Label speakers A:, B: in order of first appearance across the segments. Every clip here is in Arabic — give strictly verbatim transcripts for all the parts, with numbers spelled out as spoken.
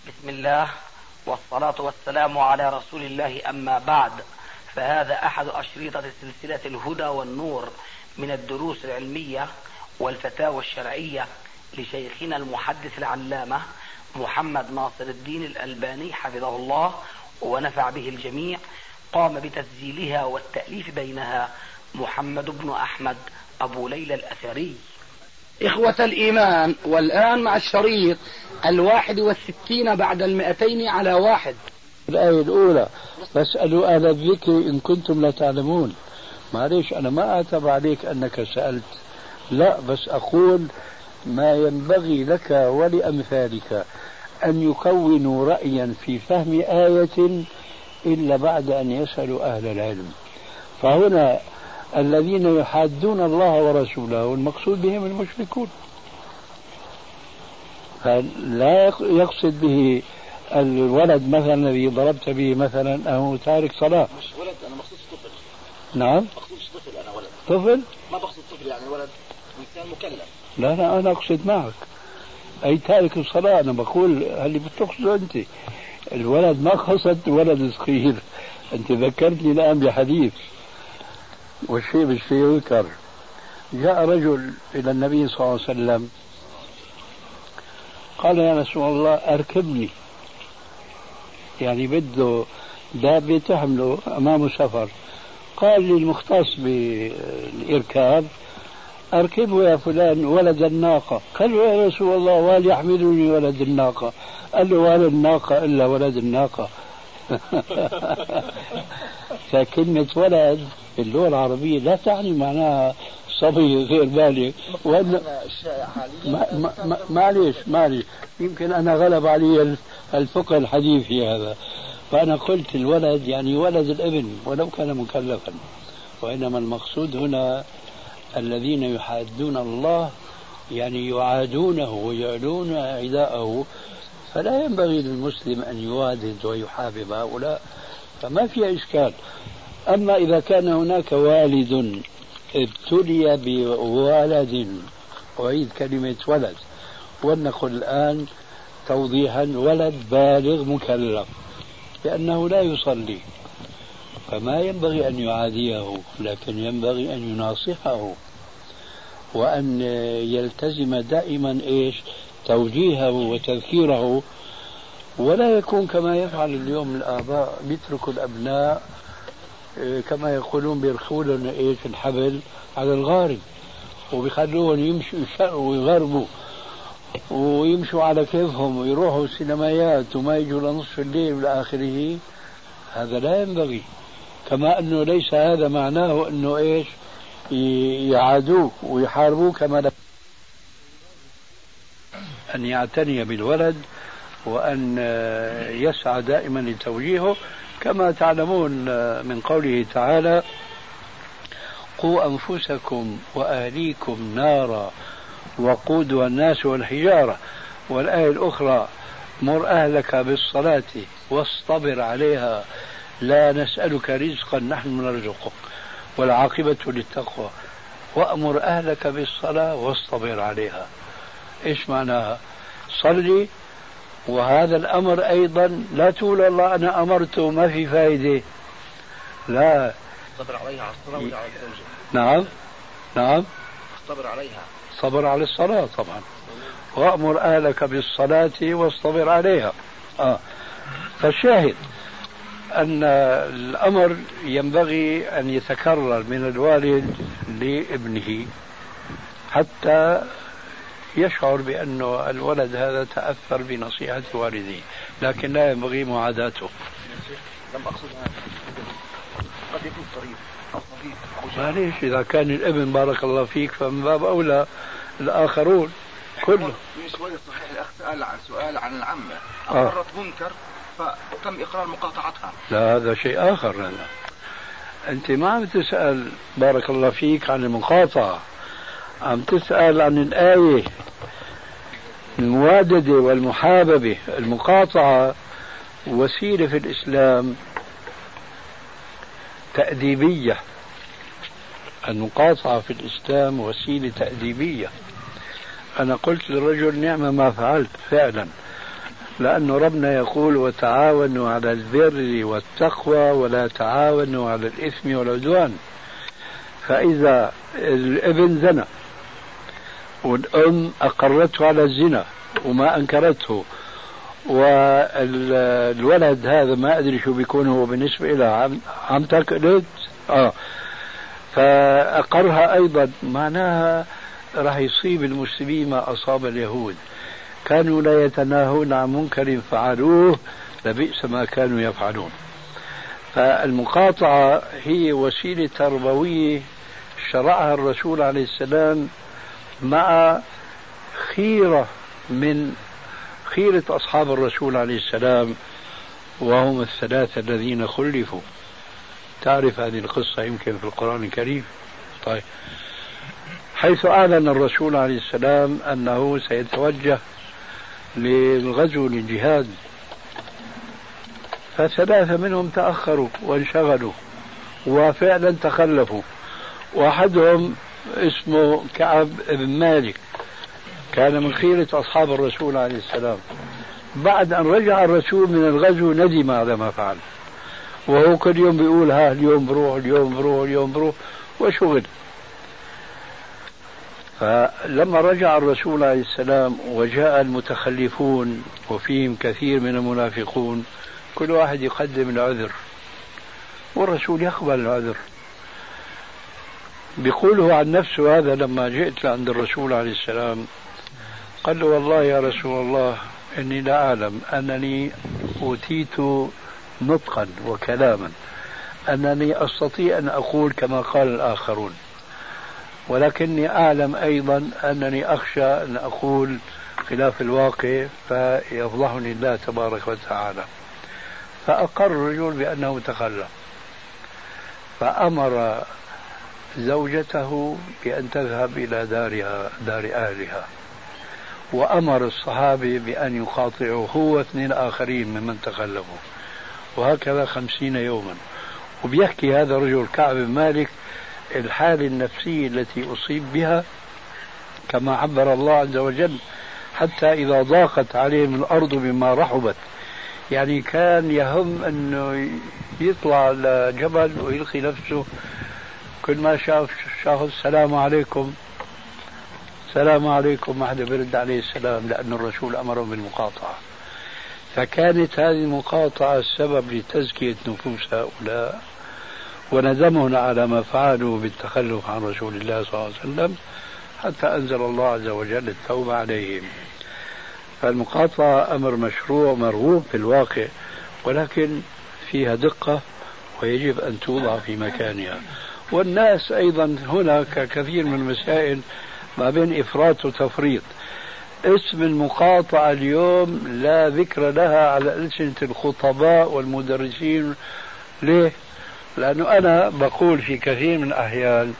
A: بسم الله والصلاة والسلام على رسول الله، أما بعد، فهذا أحد أشريطة سلسلة الهدى والنور من الدروس العلمية والفتاوى الشرعية لشيخنا المحدث العلامة محمد ناصر الدين الألباني حفظه الله ونفع به الجميع. قام بتسجيلها والتأليف بينها محمد بن أحمد أبو ليلى الأثري.
B: إخوة الإيمان، والآن مع الشريط الواحد والستين بعد المئتين على واحد.
C: الآية الأولى: فاسألوا أهل الذكر إن كنتم لا تعلمون. معليش، أنا ما أعتب عليك أنك سألت، لا، بس أقول ما ينبغي لك ولأمثالك أن يكونوا رأيا في فهم آية إلا بعد أن يسألوا أهل العلم. فهنا الذين يحادون الله ورسوله والمقصود بهم المشركون، فلا يقصد به الولد مثلا الذي ضربت به مثلا أو تارك صلاة.
D: مش ولد، أنا مقصود طفل.
C: نعم،
D: مقصود طفل، أنا ولد.
C: طفل؟
D: ما بقصد طفل يعني ولد، إنسان مكلف.
C: لا لا، أنا أقصد معك أي تارك الصلاة. أنا بقول اللي بتقصده أنت الولد، ما قصدت ولد صغير. أنت ذكرتني الآن بحديث والشيء بالشيء يذكر. جاء رجل إلى النبي صلى الله عليه وسلم قال: يا رسول الله أركبني، يعني بده دابة تحمله أمامه سفر. قال لي المختص بالإركاب: أركبه يا فلان ولد الناقة. قال له: يا رسول الله وهل يحملني ولد الناقة؟ قال له: ولا الناقة إلا ولد الناقة. فكلمة ولد في اللغة العربية لا تعني معناها صبي غير بالغ. معليش معليش يمكن أنا غلب علي الفقه الحديثي هذا، فأنا قلت الولد يعني ولد الابن ولو كان مكلفا. وإنما المقصود هنا الذين يحادون الله، يعني يعادونه ويعلون عداءه، فلا ينبغي للمسلم أن يوادد ويحابب هؤلاء، فما في إشكال. أما إذا كان هناك والد ابتلي بولد، أعيد كلمة ولد ولنقل الآن توضيحا: ولد بالغ مكلف، لأنه لا يصلي، فما ينبغي أن يعاديه، لكن ينبغي أن يناصحه وأن يلتزم دائما إيش توجيهه وتذكيره، ولا يكون كما يفعل اليوم الآباء، بيتركوا الأبناء كما يقولون بيرخوا إيش الحبل على الغارب، وبيخلوهم يمشوا يشقوا ويغربوا ويمشوا على كيفهم ويروحوا السينمايات وما يجوا لنصف الليل إلى آخره. هذا لا ينبغي. كما أنه ليس هذا معناه أنه إيش يعادوه ويحاربوه، كما أن يعتني بالولد وأن يسعى دائما لتوجيهه، كما تعلمون من قوله تعالى: قوا أنفسكم وأهليكم نارا وقودها الناس والحجارة. والآية الأخرى: مر أهلك بالصلاة واصطبر عليها لا نسألك رزقا نحن نرزقك والعاقبة للتقوى. وأمر أهلك بالصلاة واصطبر عليها. إيش معناها؟ صلي، وهذا الأمر أيضا لا تقول الله أنا أمرته ما في فائدة، لا،
D: صبر عليها على الصلاة وعلى الزوجة.
C: نعم نعم،
D: صبر عليها،
C: صبر على الصلاة طبعا. وأمر أهلك بالصلاة واصطبر عليها. آه. فالشاهد أن الأمر ينبغي أن يتكرر من الوالد لابنه حتى يشعر بأن الولد هذا تأثر بنصيحة والده، لكن لا ينبغي معاداته.
D: لم أقصد هذا، قد يكون صريف أو صديق.
C: معليش، إذا كان الابن بارك الله فيك فمن باب أولى الآخرون كله.
D: من شوية صحيح الأخ سأل عن سؤال عن العمة
C: آه.
D: أقرت منكر فتم إقرار مقاطعتها.
C: لا، هذا شيء آخر. هذا أنت ما عم تسأل بارك الله فيك عن المقاطعة، عم تسأل عن الآية. المواددة والمحاببة، المقاطعة وسيلة في الإسلام تأديبية. المقاطعة في الإسلام وسيلة تأديبية. أنا قلت للرجل: نعم ما فعلت فعلا، لأنه ربنا يقول وتعاونوا على البر والتقوى ولا تعاونوا على الإثم والعدوان. فإذا الابن زنى والأم أقرته على الزنا وما أنكرته، والولد هذا ما أدري شو بيكون هو بالنسبة إلى عم عمتك قلت آه فأقرها أيضا، معناها راح يصيب المسلمين ما أصاب اليهود، كانوا لا يتناهون عن منكر فعلوه لبئس ما كانوا يفعلون. فالمقاطعة هي وسيلة تربوية شرعها الرسول عليه السلام مع خيرة من خيرة أصحاب الرسول عليه السلام، وهم الثلاثة الذين خلفوا. تعرف هذه القصة يمكن في القرآن الكريم. طيب، حيث أعلن الرسول عليه السلام أنه سيتوجه للغزو للجهاد، فثلاثة منهم تأخروا وانشغلوا وفعلا تخلفوا. واحدهم اسمه كعب بن مالك، كان من خيرة أصحاب الرسول عليه السلام. بعد أن رجع الرسول من الغزو ندم على ما فعل، وهو كل يوم بيقول ها اليوم بروح اليوم بروح اليوم بروح وشغل. فلما رجع الرسول عليه السلام وجاء المتخلفون وفيهم كثير من المنافقون، كل واحد يقدم العذر والرسول يقبل العذر. بيقوله عن نفسه هذا لما جئت عند الرسول عليه السلام، قال له والله يا رسول الله إني لا أعلم أنني أوتيت نطقا وكلاما أنني أستطيع أن أقول كما قال الآخرون، ولكني أعلم أيضا أنني أخشى أن أقول خلاف الواقع فيفضحني الله تبارك وتعالى. فأقر الرجل بأنه تخلف، فأمر زوجته بأن تذهب إلى دارها دار أهلها، وأمر الصحابة بأن يقاطعوا هو واثنين آخرين ممن تخلفوا، وهكذا خمسين يوما. وبيحكي هذا الرجل كعب بن مالك الحالة النفسية التي أصيب بها كما عبر الله عز وجل، حتى إذا ضاقت عليهم الأرض بما رحبت، يعني كان يهم أنه يطلع لجبل ويلقي نفسه، كل ما شاف شخص السلام عليكم السلام عليكم ما حدا برد عليه السلام، لأن الرسول أمرهم بالمقاطعة. فكانت هذه المقاطعة السبب لتزكية نفوس هؤلاء وندمهم على ما فعلوا بالتخلف عن رسول الله صلى الله عليه وسلم، حتى أنزل الله عز وجل التوبة عليهم. فالمقاطعة أمر مشروع مرغوب في الواقع، ولكن فيها دقة ويجب أن توضع في مكانها. والناس أيضا هناك كثير من المسائل ما بين إفراط وتفريط. اسم المقاطعة اليوم لا ذكر لها على ألسنة الخطباء والمدرسين. ليه؟ لأنه أنا بقول في كثير من الأحيان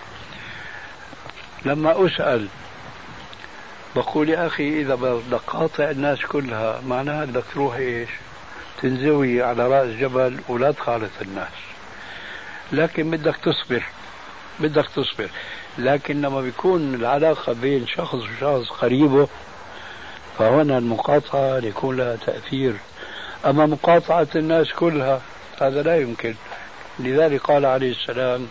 C: لما أسأل بقول يا أخي إذا بدك قاطع الناس كلها معناها بدك تروح إيش تنزوي على رأس جبل ولا تخالط الناس، لكن بدك تصبر بدك تصبر. لكن لما بيكون العلاقة بين شخص وشخص قريبه فهنا المقاطعة يكون لها تأثير، أما مقاطعة الناس كلها هذا لا يمكن. لذلك قال عليه السلام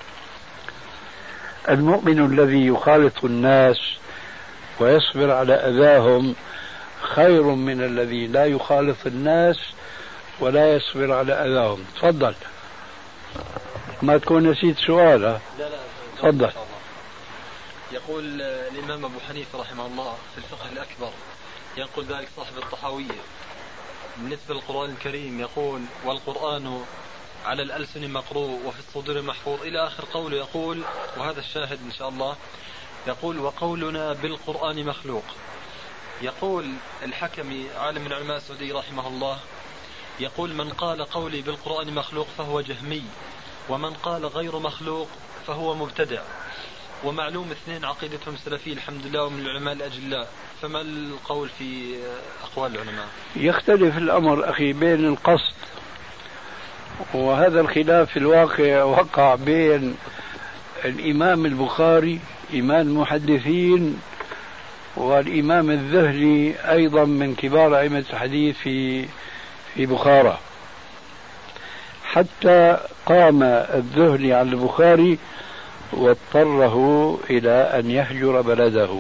C: المؤمن الذي يخالط الناس ويصبر على أذاهم خير من الذي لا يخالط الناس ولا يصبر على أذاهم. تفضل، ما تكون نسيت سؤال. تفضل.
E: يقول الإمام أبو حنيفة رحمه الله في الفقه الأكبر، ينقل ذلك صاحب الطحاوية بالنسبة للقرآن الكريم، يقول والقرآن على الألسن مقروء وفي الصدور محفوظ إلى آخر قوله. يقول وهذا الشاهد إن شاء الله، يقول وقولنا بالقرآن مخلوق. يقول الحكمي عالم من علماء السعودية رحمه الله، يقول من قال قولي بالقرآن مخلوق فهو جهمي، ومن قال غير مخلوق فهو مبتدع. ومعلوم اثنين عقيدتهم سلفية الحمد لله ومن العلماء الأجلاء، فما القول في أقوال العلماء؟
C: يختلف الأمر أخي بين القصد، وهذا الخلاف في الواقع وقع بين الإمام البخاري إمام المحدثين والإمام الذهلي أيضا من كبار أئمة الحديث في في بخارى، حتى قام الذهلي على البخاري واضطره إلى أن يهجر بلده.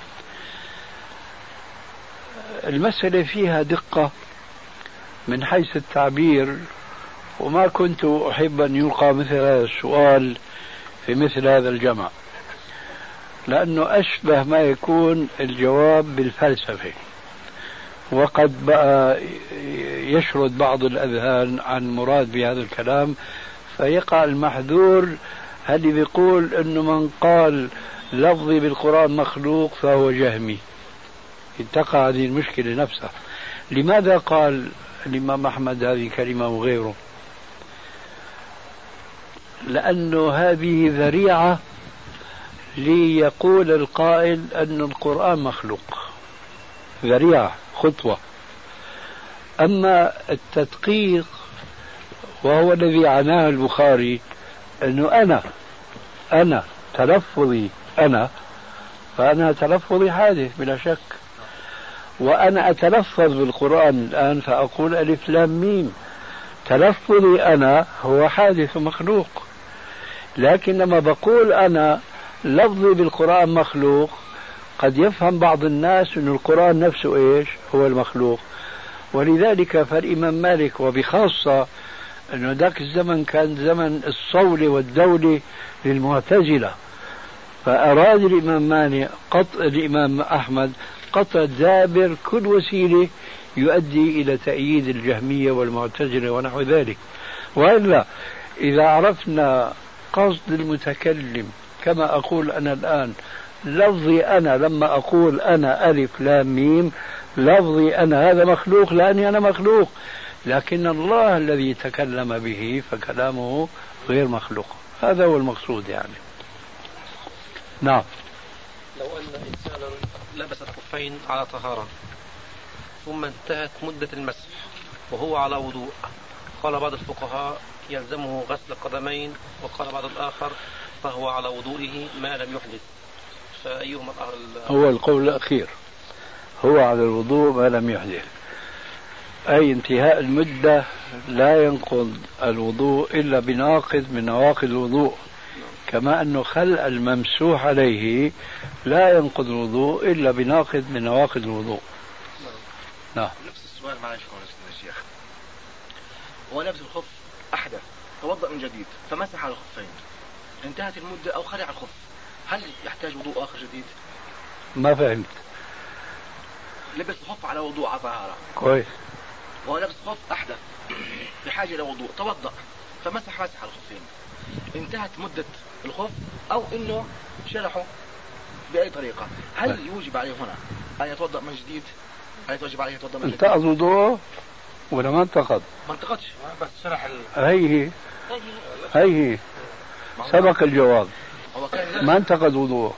C: المسألة فيها دقة من حيث التعبير، وما كنت أحب أن يلقى مثل هذا السؤال في مثل هذا الجمع، لأنه أشبه ما يكون الجواب بالفلسفة، وقد بقى يشرد بعض الأذهان عن مراد بهذا الكلام، فيقع المحذور هل بيقول أنه من قال لفظي بالقرآن مخلوق فهو جهمي. تقع هذه المشكلة نفسها. لماذا قال الإمام أحمد هذه كلمة وغيره؟ لأنه هذه ذريعة ليقول القائل أن القرآن مخلوق، ذريعة خطوة. أما التدقيق وهو الذي عناه البخاري، أنه أنا أنا تلفظي أنا فأنا تلفظي حادث بلا شك، وأنا أتلفظ بالقرآن الآن فأقول ألف لام ميم، تلفظي أنا هو حادث مخلوق. لكن لما بقول أنا لفظي بالقرآن مخلوق، قد يفهم بعض الناس أن القرآن نفسه إيش هو المخلوق. ولذلك فالإمام مالك وبخاصة أنه ذاك الزمن كان زمن الصولة والدولة للمعتزلة، فأراد الإمام مالك قطع الإمام أحمد قطع دابر كل وسيلة يؤدي إلى تأييد الجهمية والمعتزلة ونحو ذلك. وإلا إذا عرفنا قصد المتكلم، كما أقول أنا الآن لفظي أنا لما أقول أنا ألف لام ميم، لفظي أنا هذا مخلوق لأني أنا مخلوق، لكن الله الذي تكلم به فكلامه غير مخلوق. هذا هو المقصود يعني. نعم.
D: لو أن إنسانا لبس الخفين على طهارة ثم انتهت مدة المسح وهو على وضوء، قال بعض الفقهاء يلزمه غسل القدمين، وقال بعض الآخر فهو على وضوئه ما لم يحدث، فأيهما
C: هو القول الأخير، هو على الوضوء ما لم يحدث، أي انتهاء المدة لا ينقض الوضوء إلا بناقض من نواقض الوضوء، كما أنه خلع الممسوح عليه لا ينقض الوضوء إلا بناقض من نواقض الوضوء. نعم.
D: نفس السؤال معلش يا شيخ، هو لابس الخف أحدث توضأ من جديد فمسح على الخفين، انتهت المدة أو خلع الخف، هل يحتاج وضوء آخر جديد؟
C: ما فهمت.
D: لبس الخف على وضوء على طهارة
C: كويس،
D: وهو لابس خف أحدث بحاجة إلى وضوء، توضأ فمسح مسح على الخفين، انتهت مدة الخف أو إنه شرحه بأي طريقة، هل يوجب عليه هنا أن يتوضأ من جديد؟ هل يتوجب عليه يتوضأ من جديد؟
C: انتقض وضوءه ولا ما انتقض؟
D: ما انتقضش، بس شرح ال...
C: هي هي هي سبق الجواب. ما انتقض وضوءه،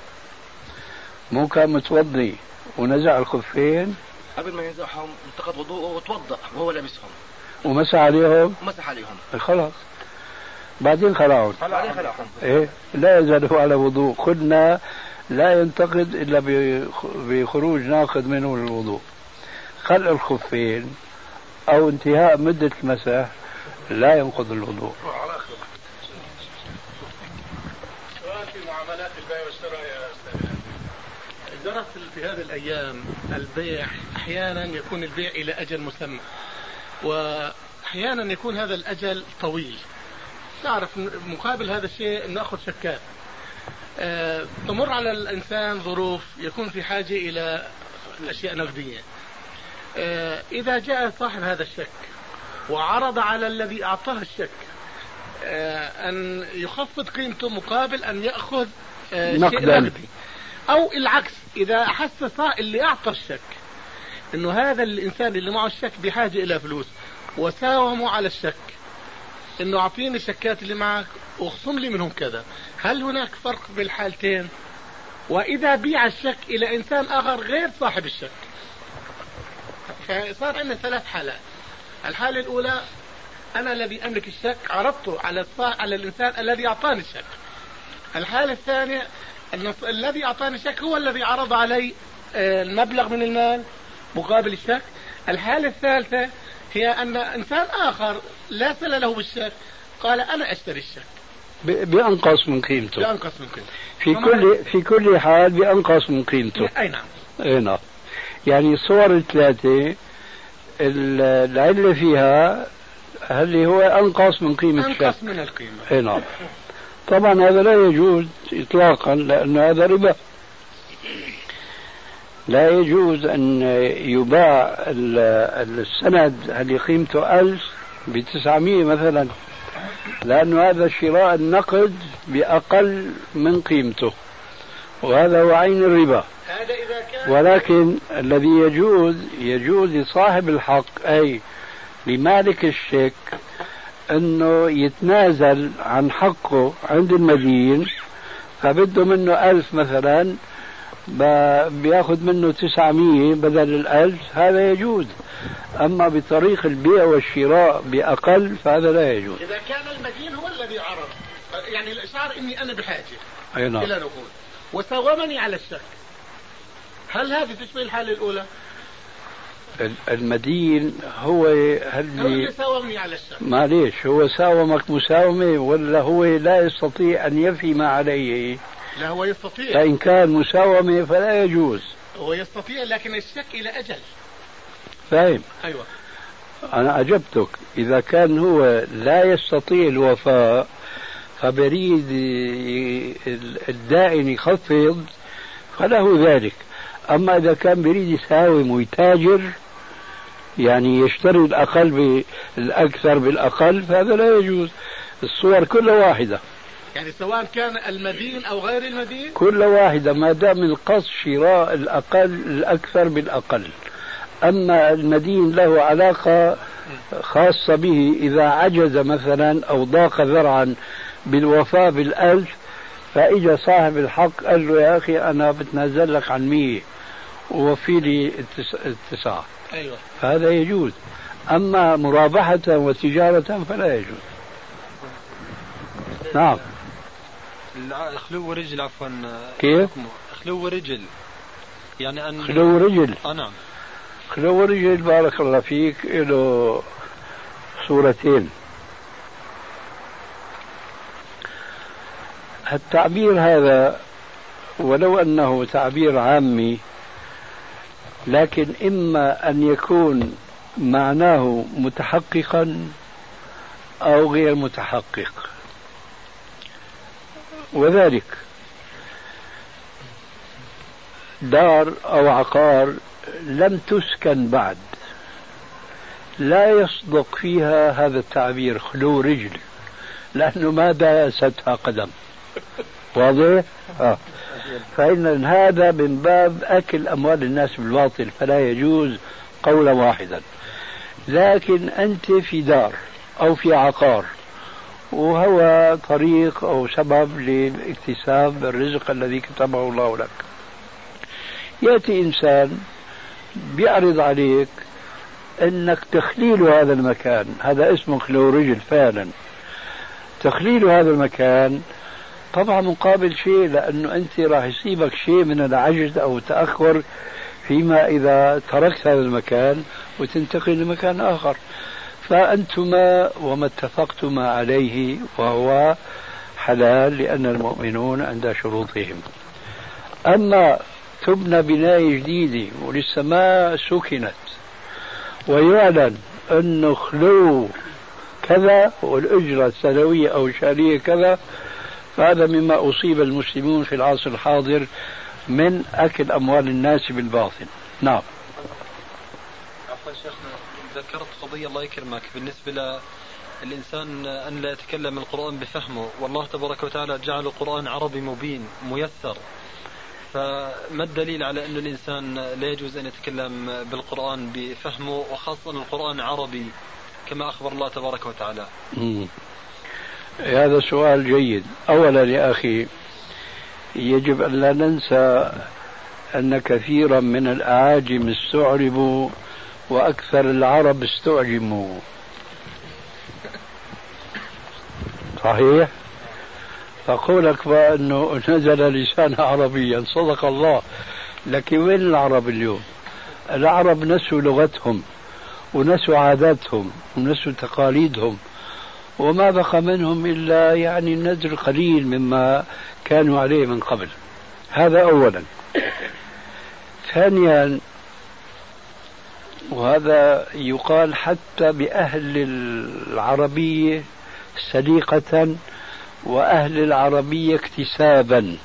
C: مو كان متوضي ونزع الخفين
D: قبل ما ينزعهم انتقض وضوءه وتوضأ وهو لابسهم
C: ومسح عليهم
D: ومسح عليهم
C: خلاص، بعدين خلعهم.
D: بعدين خلعهم
C: ايه لا يزال هو على وضوء. قلنا لا ينتقد الا بخروج ناقض منه الوضوء. خلع الخفين او انتهاء مدة المسح لا ينقض الوضوء.
F: سؤال في معاملات البيع والشراء يا استاذ. جرت في هذه الايام البيع، احيانا يكون البيع الى اجل مسمى، واحيانا يكون هذا الاجل طويل. نعرف مقابل هذا الشيء ناخذ شكات. أه تمر على الانسان ظروف يكون في حاجه الى اشياء نقديه. أه اذا جاء صاحب هذا الشك وعرض على الذي اعطاه الشك أه ان يخفض قيمته مقابل ان ياخذ أه شيء نقدي، او العكس، اذا احس اللي اعطى الشك انه هذا الانسان اللي معه الشك بحاجه الى فلوس وساوموا على الشك انه اعطيني الشكات اللي معك واخصم لي منهم كذا، هل هناك فرق بالحالتين؟ واذا بيع الشك الى انسان اخر غير صاحب الشك، فصار عندنا ثلاث حالات. الحالة الاولى انا الذي املك الشك عرضته على على الانسان الذي اعطاني الشك. الحالة الثانية ان الذي اعطاني الشك هو الذي عرض علي المبلغ من المال مقابل الشك. الحالة الثالثة هي أن إنسان آخر لا صلة له بالشك قال أنا أشتري الشك
C: بأنقص من قيمته،
F: بأنقص من قيمته
C: في كل في كل حال بأنقص من قيمته.
F: أي نعم.
C: أي نعم. يعني الصور الثلاثة العلة فيها هل هو أنقص من قيمة الشك؟
F: أنقص من القيمة.
C: أي نعم. طبعا هذا لا يجوز إطلاقا، لأن هذا ربا. لا يجوز أن يباع السند اللي قيمته ألف بتسعمية مثلا، لأن هذا شراء النقد بأقل من قيمته، وهذا هو عين الربا. ولكن الذي يجوز يجوز لصاحب الحق أي لمالك الشك أنه يتنازل عن حقه عند المدين، فبده منه ألف مثلا بياخذ منه تسعمية بدل الألف، هذا يجوز. أما بطريق البيع والشراء بأقل فهذا لا يجوز.
F: إذا كان المدين هو الذي عرض يعني الإشعار إني أنا بحاجة
C: أي نعم.
F: إلى نقود وساومني على الشك، هل هذه تشبه الحالة الأولى؟
C: المدين هو هل
F: هو اللي ساومني على الشك.
C: معليش، هو ساومك مساومة ولا هو لا يستطيع أن يفي ما عليه؟
F: لا هو يستطيع.
C: فإن كان مساومة فلا يجوز.
F: هو يستطيع لكن الشك إلى أجل.
C: فاهم؟
F: أيوة.
C: أنا أجبتك. إذا كان هو لا يستطيع الوفاء فبريد الدائن يخفض فله ذلك. أما إذا كان بريد يساوم ويتاجر يعني يشتري الأقل بالأكثر بالأقل فهذا لا يجوز. الصور كلها واحدة،
F: يعني سواء كان المدين أو غير المدين
C: كل واحدة ما دام القصد شراء الأقل الأكثر بالأقل. أما المدين له علاقة خاصة به، إذا عجز مثلا أو ضاق ذرعا بالوفاء بالألف فإجا صاحب الحق قال له يا أخي أنا بتنازل لك عن مية ووفي لي التسعة.
F: أيوة.
C: فهذا يجوز. أما مرابحة وتجارة فلا يجوز. نعم.
E: خلو رجل عفوا.
C: كيف؟
E: خلو رجل يعني أن
C: خلو رجل.
E: آه نعم.
C: خلو رجل بارك الله فيك له صورتين. التعبير هذا ولو أنه تعبير عامي لكن إما أن يكون معناه متحققا أو غير متحقق، وذلك دار أو عقار لم تسكن بعد لا يصدق فيها هذا التعبير خلو رجل، لأنه ما داستها قدم. واضح؟ آه. فإن هذا من باب أكل أموال الناس بالباطل، فلا يجوز قولا واحدا. لكن أنت في دار أو في عقار وهو طريق أو سبب لاكتساب الرزق الذي كتبه الله لك، يأتي إنسان بيعرض عليك أنك تخليل هذا المكان، هذا اسمه خلو رجل فعلا. تخليل هذا المكان طبعا مقابل شيء، لأنه أنت راح يصيبك شيء من العجز أو التأخر فيما إذا تركت هذا المكان وتنتقل لمكان آخر. فأنتما وما اتفقتما عليه وهو حلال لأن المؤمنون عند شروطهم. أما تبنى بناية جديدة ولسه ما سكنت ويعلن أنه خلو كذا والأجرة السنوية أو الشهرية كذا، فهذا مما أصيب المسلمون في العصر الحاضر من أكل أموال الناس بالباطل. نعم.
E: عفوا شيخنا، ذكرت قضية الله يكرمك بالنسبة للإنسان أن لا يتكلم القرآن بفهمه، والله تبارك وتعالى جعل القرآن عربي مبين ميسر، فما الدليل على أن الإنسان لا يجوز أن يتكلم بالقرآن بفهمه، وخاصة القرآن عربي كما أخبر الله تبارك وتعالى؟
C: مم. هذا سؤال جيد. أولا يا أخي يجب أن لا ننسى أن كثيرا من الأعاجم استعربوا وأكثر العرب استعجموا. صحيح؟ فقولك بأنه نزل لسان عربيا صدق الله، لكن وين العرب اليوم؟ العرب نسوا لغتهم ونسوا عاداتهم ونسوا تقاليدهم، وما بقى منهم إلا يعني النذر قليل مما كانوا عليه من قبل. هذا أولا. ثانيا، وهذا يقال حتى بأهل العربية سليقة وأهل العربية اكتسابا،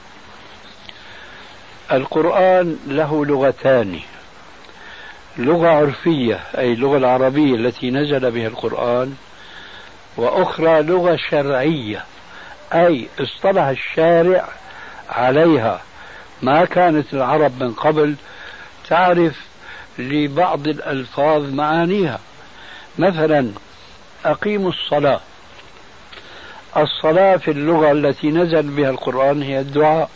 C: القرآن له لغتان: لغة عرفية أي اللغة العربية التي نزل بها القرآن، وأخرى لغة شرعية أي اصطلح الشارع عليها. ما كانت العرب من قبل تعرف لبعض الألفاظ معانيها. مثلا أقيموا الصلاة، الصلاة في اللغة التي نزل بها القرآن هي الدعاء،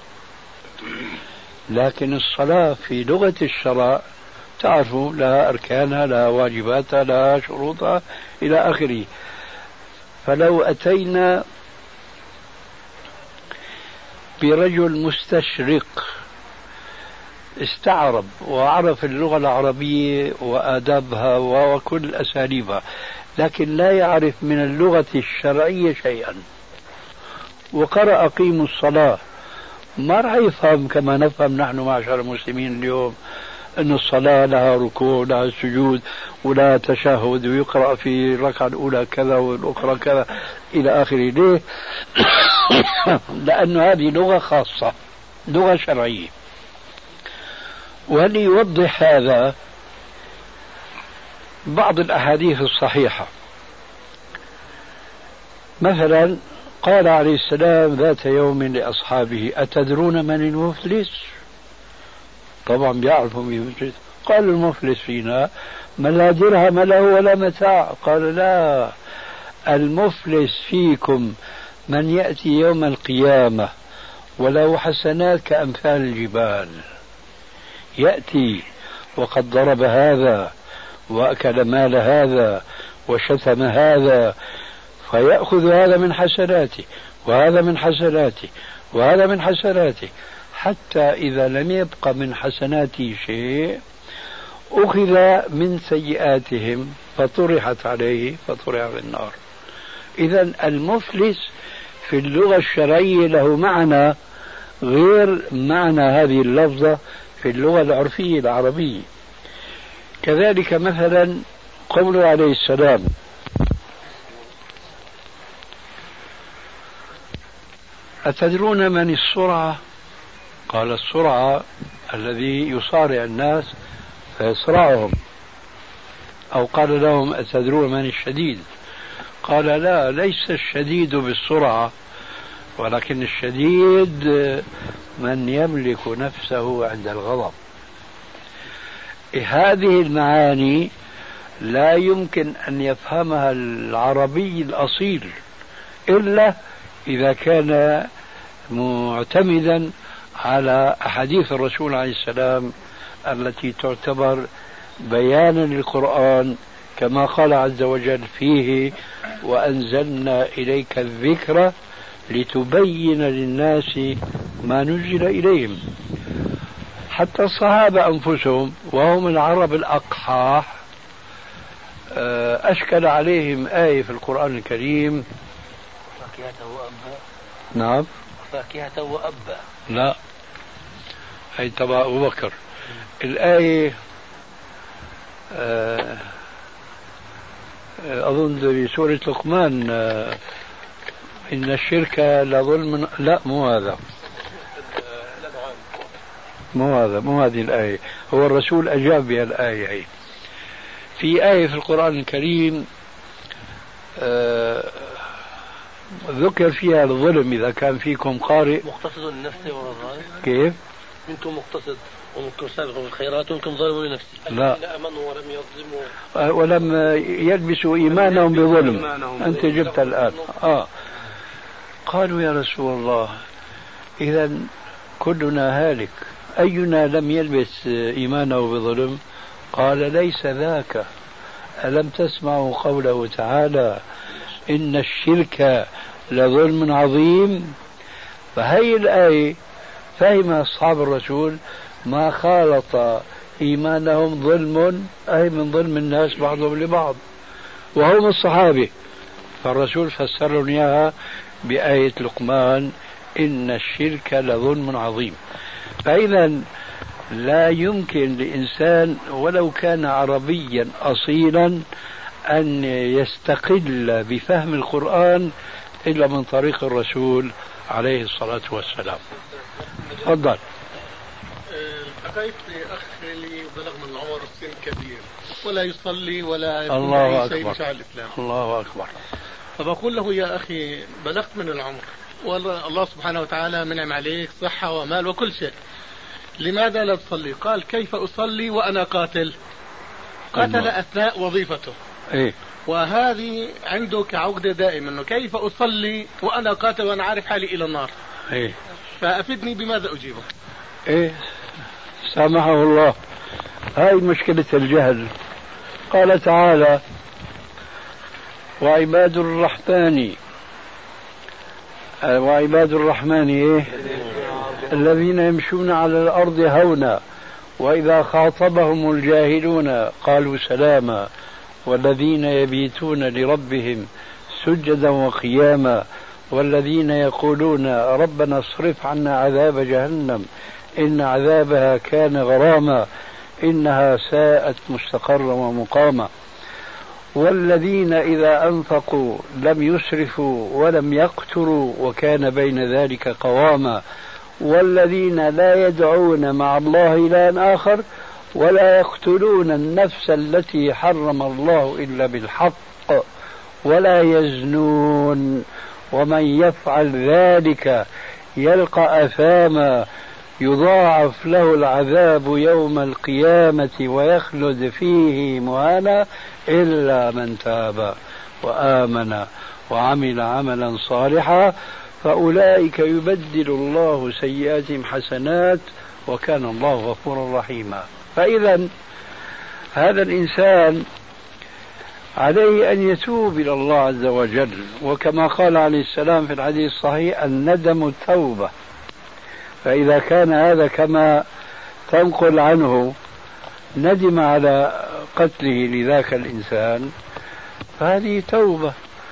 C: لكن الصلاة في لغة الشرع تعرفوا لها أركانها، لها واجباتها، لها شروطها إلى آخره. فلو أتينا برجل مستشرق استعرب وعرف اللغة العربية وآدابها وكل أساليبها، لكن لا يعرف من اللغة الشرعية شيئا، وقرأ أقيموا الصلاة، ما راح يفهم كما نفهم نحن معشر المسلمين اليوم أن الصلاة لها ركوع لها سجود ولها تشهد ويقرأ في الركعة الأولى كذا والأخرى كذا إلى آخره. ليه؟ لأن هذه لغة خاصة، لغة شرعية. وليوضح هذا بعض الأحاديث الصحيحة. مثلا قال عليه السلام ذات يوم لأصحابه: أتدرون من المفلس؟ طبعا بيعرفوا مين المفلس. قال: المفلس فينا من لا درهم له ولا متاع. قال: لا، المفلس فيكم من يأتي يوم القيامة وله حسنات كأمثال الجبال، يأتي وقد ضرب هذا وأكل مال هذا وشتم هذا، فيأخذ هذا من حسناته وهذا من حسناته وهذا من حسناته، حتى إذا لم يبق من حسناته شيء أخذ من سيئاتهم فطرحت عليه فطرح في النار. إذا المفلس في اللغة الشرعية له معنى غير معنى هذه اللفظة في اللغة العرفية العربية. كذلك مثلا قوله عليه السلام: أتدرون من السرعة؟ قال: السرعة الذي يصارع الناس فيصرعهم. أو قال لهم: أتدرون من الشديد؟ قال: لا، ليس الشديد بالسرعة، ولكن الشديد من يملك نفسه عند الغضب. هذه المعاني لا يمكن أن يفهمها العربي الأصيل إلا إذا كان معتمدا على أحاديث الرسول عليه السلام التي تعتبر بيانا للقرآن، كما قال عز وجل فيه: وأنزلنا إليك الذكر لتبين للناس ما نزل إليهم. حتى الصحابة أنفسهم وهم العرب الأقحاح أشكل عليهم آية في القرآن الكريم:
A: فاكهة وأبا.
C: نعم،
A: فاكهة وأبا.
C: لا، هي تبع أبو بكر. الآية أظن في سورة لقمان: إن الشرك لظلم. لا، مو هذا، مو هذا، مو هذه الآية. هو الرسول أجاب بها الآية. هي في آية في القرآن الكريم ذكر فيها الظلم: إذا كان فيكم قارئ
D: مقتصد لنفسه ورضاه.
C: كيف؟
D: منكم مقتصد ومنكم سابق بالخيرات ومنكم ظالم لنفسه.
C: لا،
D: آمنوا ولم يظلموا
C: ولم يلبسوا إيمانهم بظلم. أنت جبت الآن. آه. قالوا: يا رسول الله، إذا كلنا هالك، أينا لم يلبس إيمانه بظلم؟ قال: ليس ذاك. ألم تسمعوا قوله تعالى: إن الشرك لظلم عظيم؟ فهي الآية فهم أصحاب الرسول ما خالط إيمانهم ظلم، أي من ظلم الناس بعضهم لبعض، وهم الصحابة. فالرسول فسر لهم إياها بآية لقمان: إن الشرك لظلم عظيم. فإذا لا يمكن لإنسان ولو كان عربيا أصيلا أن يستقل بفهم القرآن إلا من طريق الرسول عليه الصلاة والسلام. تفضل.
F: لقيت أخ لي بلغ من العمر سن كبير ولا يصلي ولا
C: الله
F: أي شيء
C: أكبر.
F: بشأن الإسلام.
C: الله أكبر.
F: فبقول له: يا أخي بلغت من العمر والله سبحانه وتعالى منعم عليك صحة ومال وكل شيء، لماذا لا تصلي؟ قال: كيف أصلي وأنا قاتل؟ قتل الله. أثناء وظيفته.
C: إيه؟
F: وهذه عنده كعقدة دائما، إنه كيف أصلي وأنا قاتل وأنا عارف حالي إلى النار.
C: إيه؟
F: فأفدني بماذا أجيبه؟
C: إيه؟ سامحه الله. هاي مشكلة الجهل. قال تعالى: وعباد الرحمن وعباد الرحمن إيه؟ الذين يمشون على الأرض هونا وإذا خاطبهم الجاهلون قالوا سلاما والذين يبيتون لربهم سجدا وقياما والذين يقولون ربنا اصرف عنا عذاب جهنم إن عذابها كان غراما إنها ساءت مستقرا ومقاما والذين إذا أنفقوا لم يسرفوا ولم يقتروا وكان بين ذلك قواما والذين لا يدعون مع الله إلها آخر ولا يقتلون النفس التي حرم الله إلا بالحق ولا يزنون ومن يفعل ذلك يلقى أثاما يضاعف له العذاب يوم القيامة ويخلد فيه مهانا إلا من تاب وآمن وعمل عملا صالحا فأولئك يبدل الله سيئاتهم حسنات وكان الله غفورا رحيما. فإذا هذا الإنسان عليه أن يتوب إلى الله عز وجل، وكما قال عليه السلام في الحديث الصحيح: الندم التوبة. فإذا كان هذا كما تنقل عنه ندم على قتله لذاك الإنسان فهذه توبة،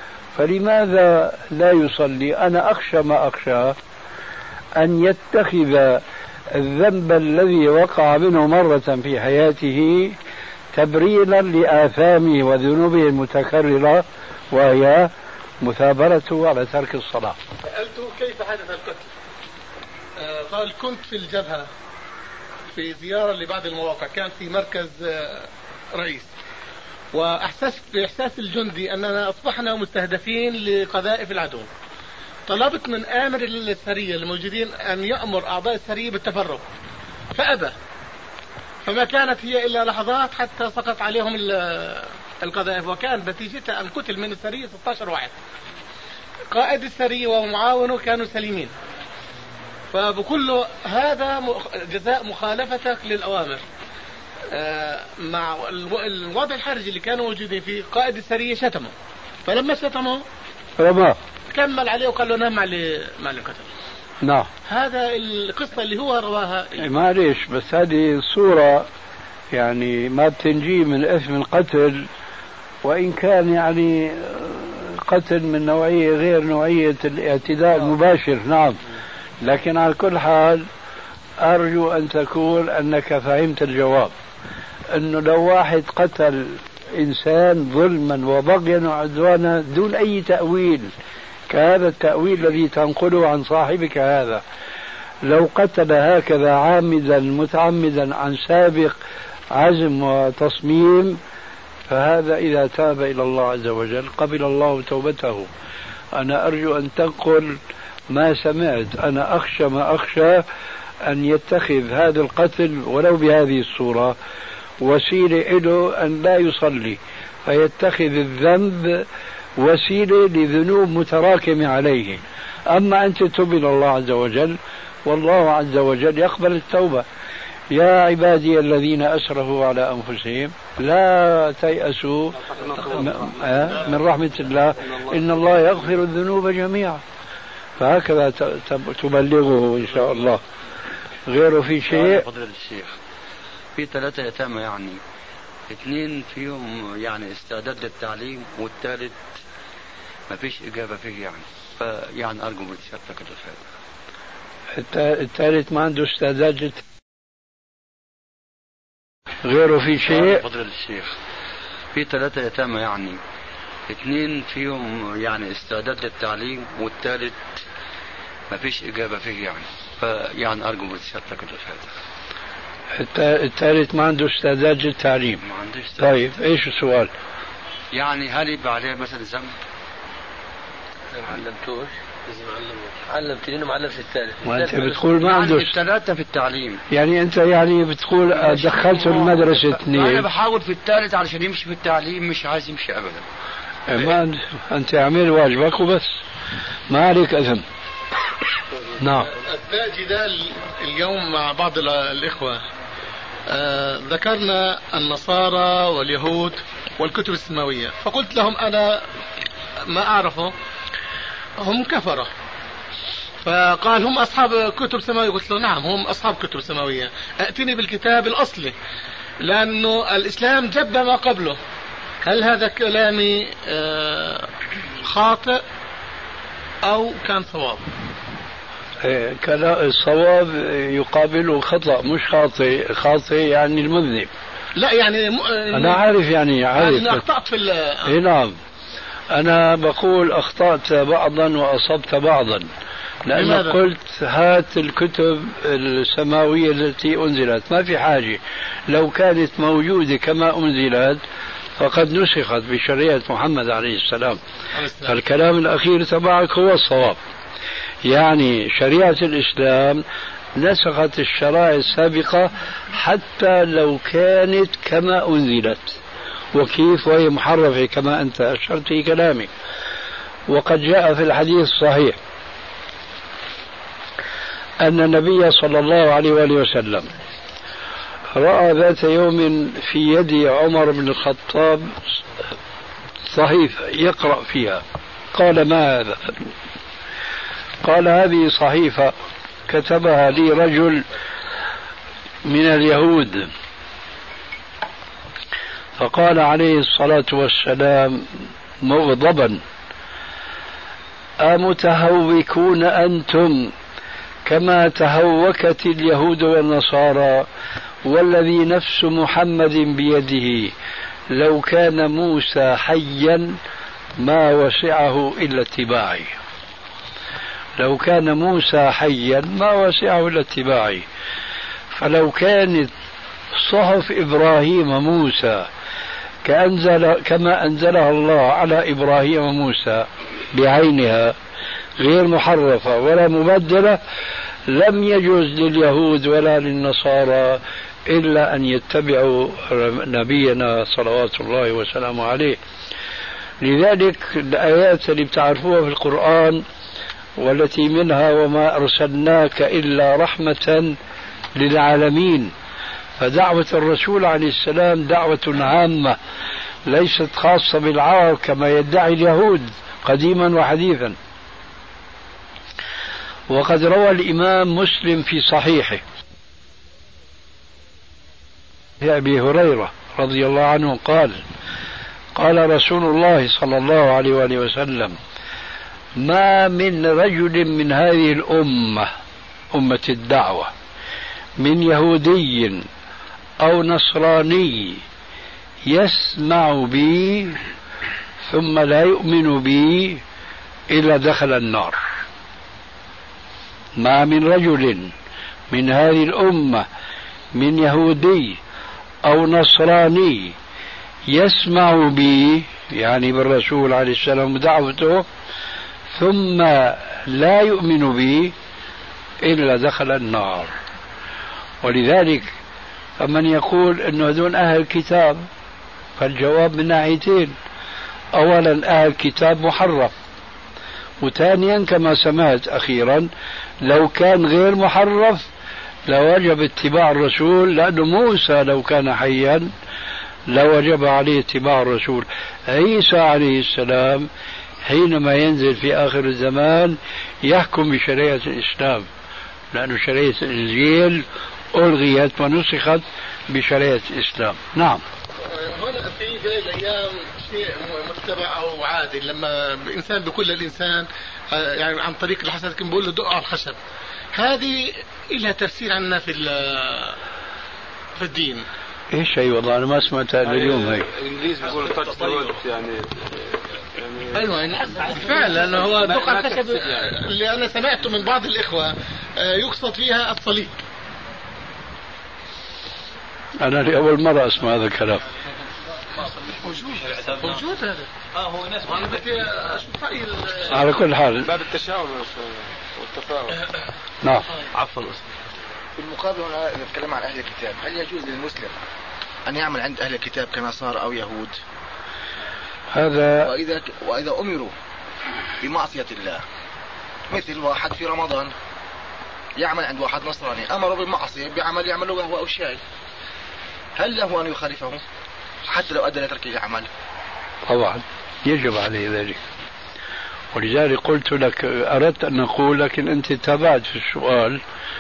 C: فلماذا لا يصلي؟ أنا أخشى ما أخشى أن يتخذ الذنب الذي وقع منه مرة في حياته تبريرا لآثامه وذنوبه المتكررة وهي مثابرته على ترك الصلاة.
F: سألته كيف حدث القتل؟ آه قال: كنت في الجبهة في زيارة لبعض المواقع، كان في مركز آه رئيس، وأحسست بإحساس الجندي أننا أصبحنا مستهدفين لقذائف العدو. طلبت من آمر السرية الموجودين أن يأمر أعضاء السرية بالتفرغ فأبى، فما كانت هي إلا لحظات حتى سقط عليهم القذائف، وكان نتيجتها أن قتل من السرية ستة عشر واحد. قائد السرية ومعاونه كانوا سليمين. فبكل هذا جزاء مخالفتك للأوامر. مع الوضع الحرجي اللي كانوا موجودين فيه، قائد السرية شتمه، فلما شتمه
C: رماه
F: كمل عليه وقال له نام مع مع القتل.
C: نعم،
F: هذا القصة اللي هو رواها.
C: معليش، بس هذه الصورة يعني ما بتنجي من اسم القتل، وإن كان يعني قتل من نوعية غير نوعية الاعتداء المباشر. نعم، لكن على كل حال أرجو أن تكون أنك فهمت الجواب، أنه لو واحد قتل إنسان ظلما وبغيا وعدوانا دون أي تأويل كهذا التأويل الذي تنقله عن صاحبك هذا، لو قتل هكذا عامدا متعمدا عن سابق عزم وتصميم، فهذا إذا تاب إلى الله عز وجل قبل الله توبته. أنا أرجو أن تنقل ما سمعت. أنا أخشى ما أخشى أن يتخذ هذا القتل ولو بهذه الصورة وسيلة له أن لا يصلي، فيتخذ الذنب وسيلة لذنوب متراكمة عليه. أما أن تتوب إلى الله عز وجل، والله عز وجل يقبل التوبة. يا عبادي الذين أسرفوا على أنفسهم لا تيأسوا من رحمة الله إن الله يغفر الذنوب جميعا. فهكذا تبلغه إن شاء الله. غيره في شيء؟
G: فضيلة الشيخ، في ثلاثة يتامى يعني، اثنين فيهم يعني استعداد للتعليم والثالث ما فيش إجابة فيه يعني، فيعني أرجو من سيادتك الرسالة.
C: الثالث ما عنده استعداد للتعليم، غيره في شيء؟
G: فضيلة الشيخ، في ثلاثة يتامى يعني، اثنين فيهم يعني استعداد للتعليم والثالث ما فيش إجابة فيه يعني، فيعني أرجو من سيادتك الرسالة.
C: الثالث ما عنده استعداد للتعليم.
G: ما عنده استعداد.
C: طيب ايش السؤال؟
G: يعني هل يبقى عليه مثلا ذنب؟
H: ما علمتوش، لازم علموش، علمتني وما علمت الثالث.
C: ما انت بتقول ما عنده
G: الثلاثة في التعليم،
C: يعني انت يعني بتقول دخلته المدرسة اثنين.
G: انا بحاول في الثالث علشان يمشي في التعليم، مش عايز يمشي ابدا.
C: ما انت اعمل واجبك وبس، ما عليك اثم. نعم.
F: أثناء جدال اليوم مع بعض الإخوة آه ذكرنا النصارى واليهود والكتب السماوية، فقلت لهم أنا ما أعرفه، هم كفرة. فقال هم أصحاب كتب سماوية، قلت له نعم هم أصحاب كتب سماوية، أتني بالكتاب الأصلي لأنه الإسلام جب ما قبله. هل هذا كلامي آه خاطئ أو كان صواب؟
C: الصواب يقابله خطأ، مش خاطئ. خاطئ يعني المذنب.
F: لا يعني م...
C: أنا عارف يعني عارف
F: يعني أخطأت في ال...
C: نعم، أنا بقول أخطأت بعضا وأصبت بعضا، لأن قلت هات الكتب السماوية التي أنزلت، ما في حاجة، لو كانت موجودة كما أنزلت فقد نسخت بشريعة محمد عليه السلام. فالكلام الأخير تبعك هو الصواب، يعني شريعة الإسلام نسخت الشرائع السابقة حتى لو كانت كما أنزلت. وكيف وهي محرفة كما أنت أشرت في كلامك. وقد جاء في الحديث الصحيح أن النبي صلى الله عليه وآله وسلم رأى ذات يوم في يد عمر بن الخطاب صحيفة يقرأ فيها، قال ما هذا؟ قال هذه صحيفة كتبها لي رجل من اليهود. فقال عليه الصلاة والسلام مغضبا أمتهوكون أنتم كما تهوكت اليهود والنصارى، والذي نفس محمد بيده لو كان موسى حيا ما وسعه إلا اتباعي. لو كان موسى حيا ما وسعه إلا اتباعي. فلو كانت صحف إبراهيم موسى كأنزل كما أنزلها الله على إبراهيم وموسى بعينها غير محرفة ولا مبدلة، لم يجوز لليهود ولا للنصارى إلا أن يتبعوا نبينا صلوات الله وسلامه عليه. لذلك الآيات اللي بتعرفوها في القرآن والتي منها وما أرسلناك إلا رحمة للعالمين، فدعوة الرسول عليه السلام دعوة عامة ليست خاصة بالعرب كما يدعي اليهود قديما وحديثا. وقد روى الإمام مسلم في صحيحه أبي هريرة رضي الله عنه قال قال رسول الله صلى الله عليه وآله وسلم ما من رجل من هذه الأمة أمة الدعوة من يهودي أو نصراني يسمع بي ثم لا يؤمن بي إلا دخل النار. ما من رجل من هذه الأمة من يهودي أو نصراني يسمع بي يعني بالرسول عليه السلام دعوته ثم لا يؤمن بي إلا دخل النار. ولذلك فمن يقول أنه هذول أهل كتاب فالجواب من ناحيتين: أولا أهل كتاب محرف، وثانيا كما سمعت أخيرا لو كان غير محرف لوجب اتباع الرسول، لأن موسى لو كان حيا لوجب عليه اتباع الرسول. عيسى عليه السلام حينما ينزل في آخر الزمان يحكم بشريعة الإسلام، لأن شريعة الإنجيل ألغيت ونسخت بشريعة الإسلام. نعم.
F: هنا في في الأيام شيء متبع أو عادي لما الإنسان بيقول للإنسان يعني عن طريق الحسد كان بيقول له دق على الخشب، هذه لها تفسير عندنا في في الدين.
C: ايش هي والله انا ما سمعتها اليوم. هي
I: الانجليز بيقولوا تاتش يعني
F: ايوه يعني فعلا لانه هو دق على الخشب اللي انا سمعته من بعض الاخوه يقصد فيها الصليب.
C: انا لاول مره اسمع هذا الكلام.
F: موجود موجود هذا اه هو ناس انا بدي اشوف راي
C: على كل حال
I: باب التشاؤم والتفاؤل.
C: نعم
I: عفوا.
J: في المقابل هنا نتكلم عن أهل الكتاب، هل يجوز للمسلم أن يعمل عند أهل الكتاب كنصارى أو يهود؟
C: هذا
J: وإذا وإذا أمروا بمعصية الله، مثل واحد في رمضان يعمل عند واحد نصراني أمره بالمعصية بعمل يعمله قهوة أو شاي، هل له أن يخالفه حتى لو أدى لترك العمل؟
C: طبعا يجب عليه ذلك، ولذلك قلت لك أردت أن أقول لكن أنت تابعت في السؤال،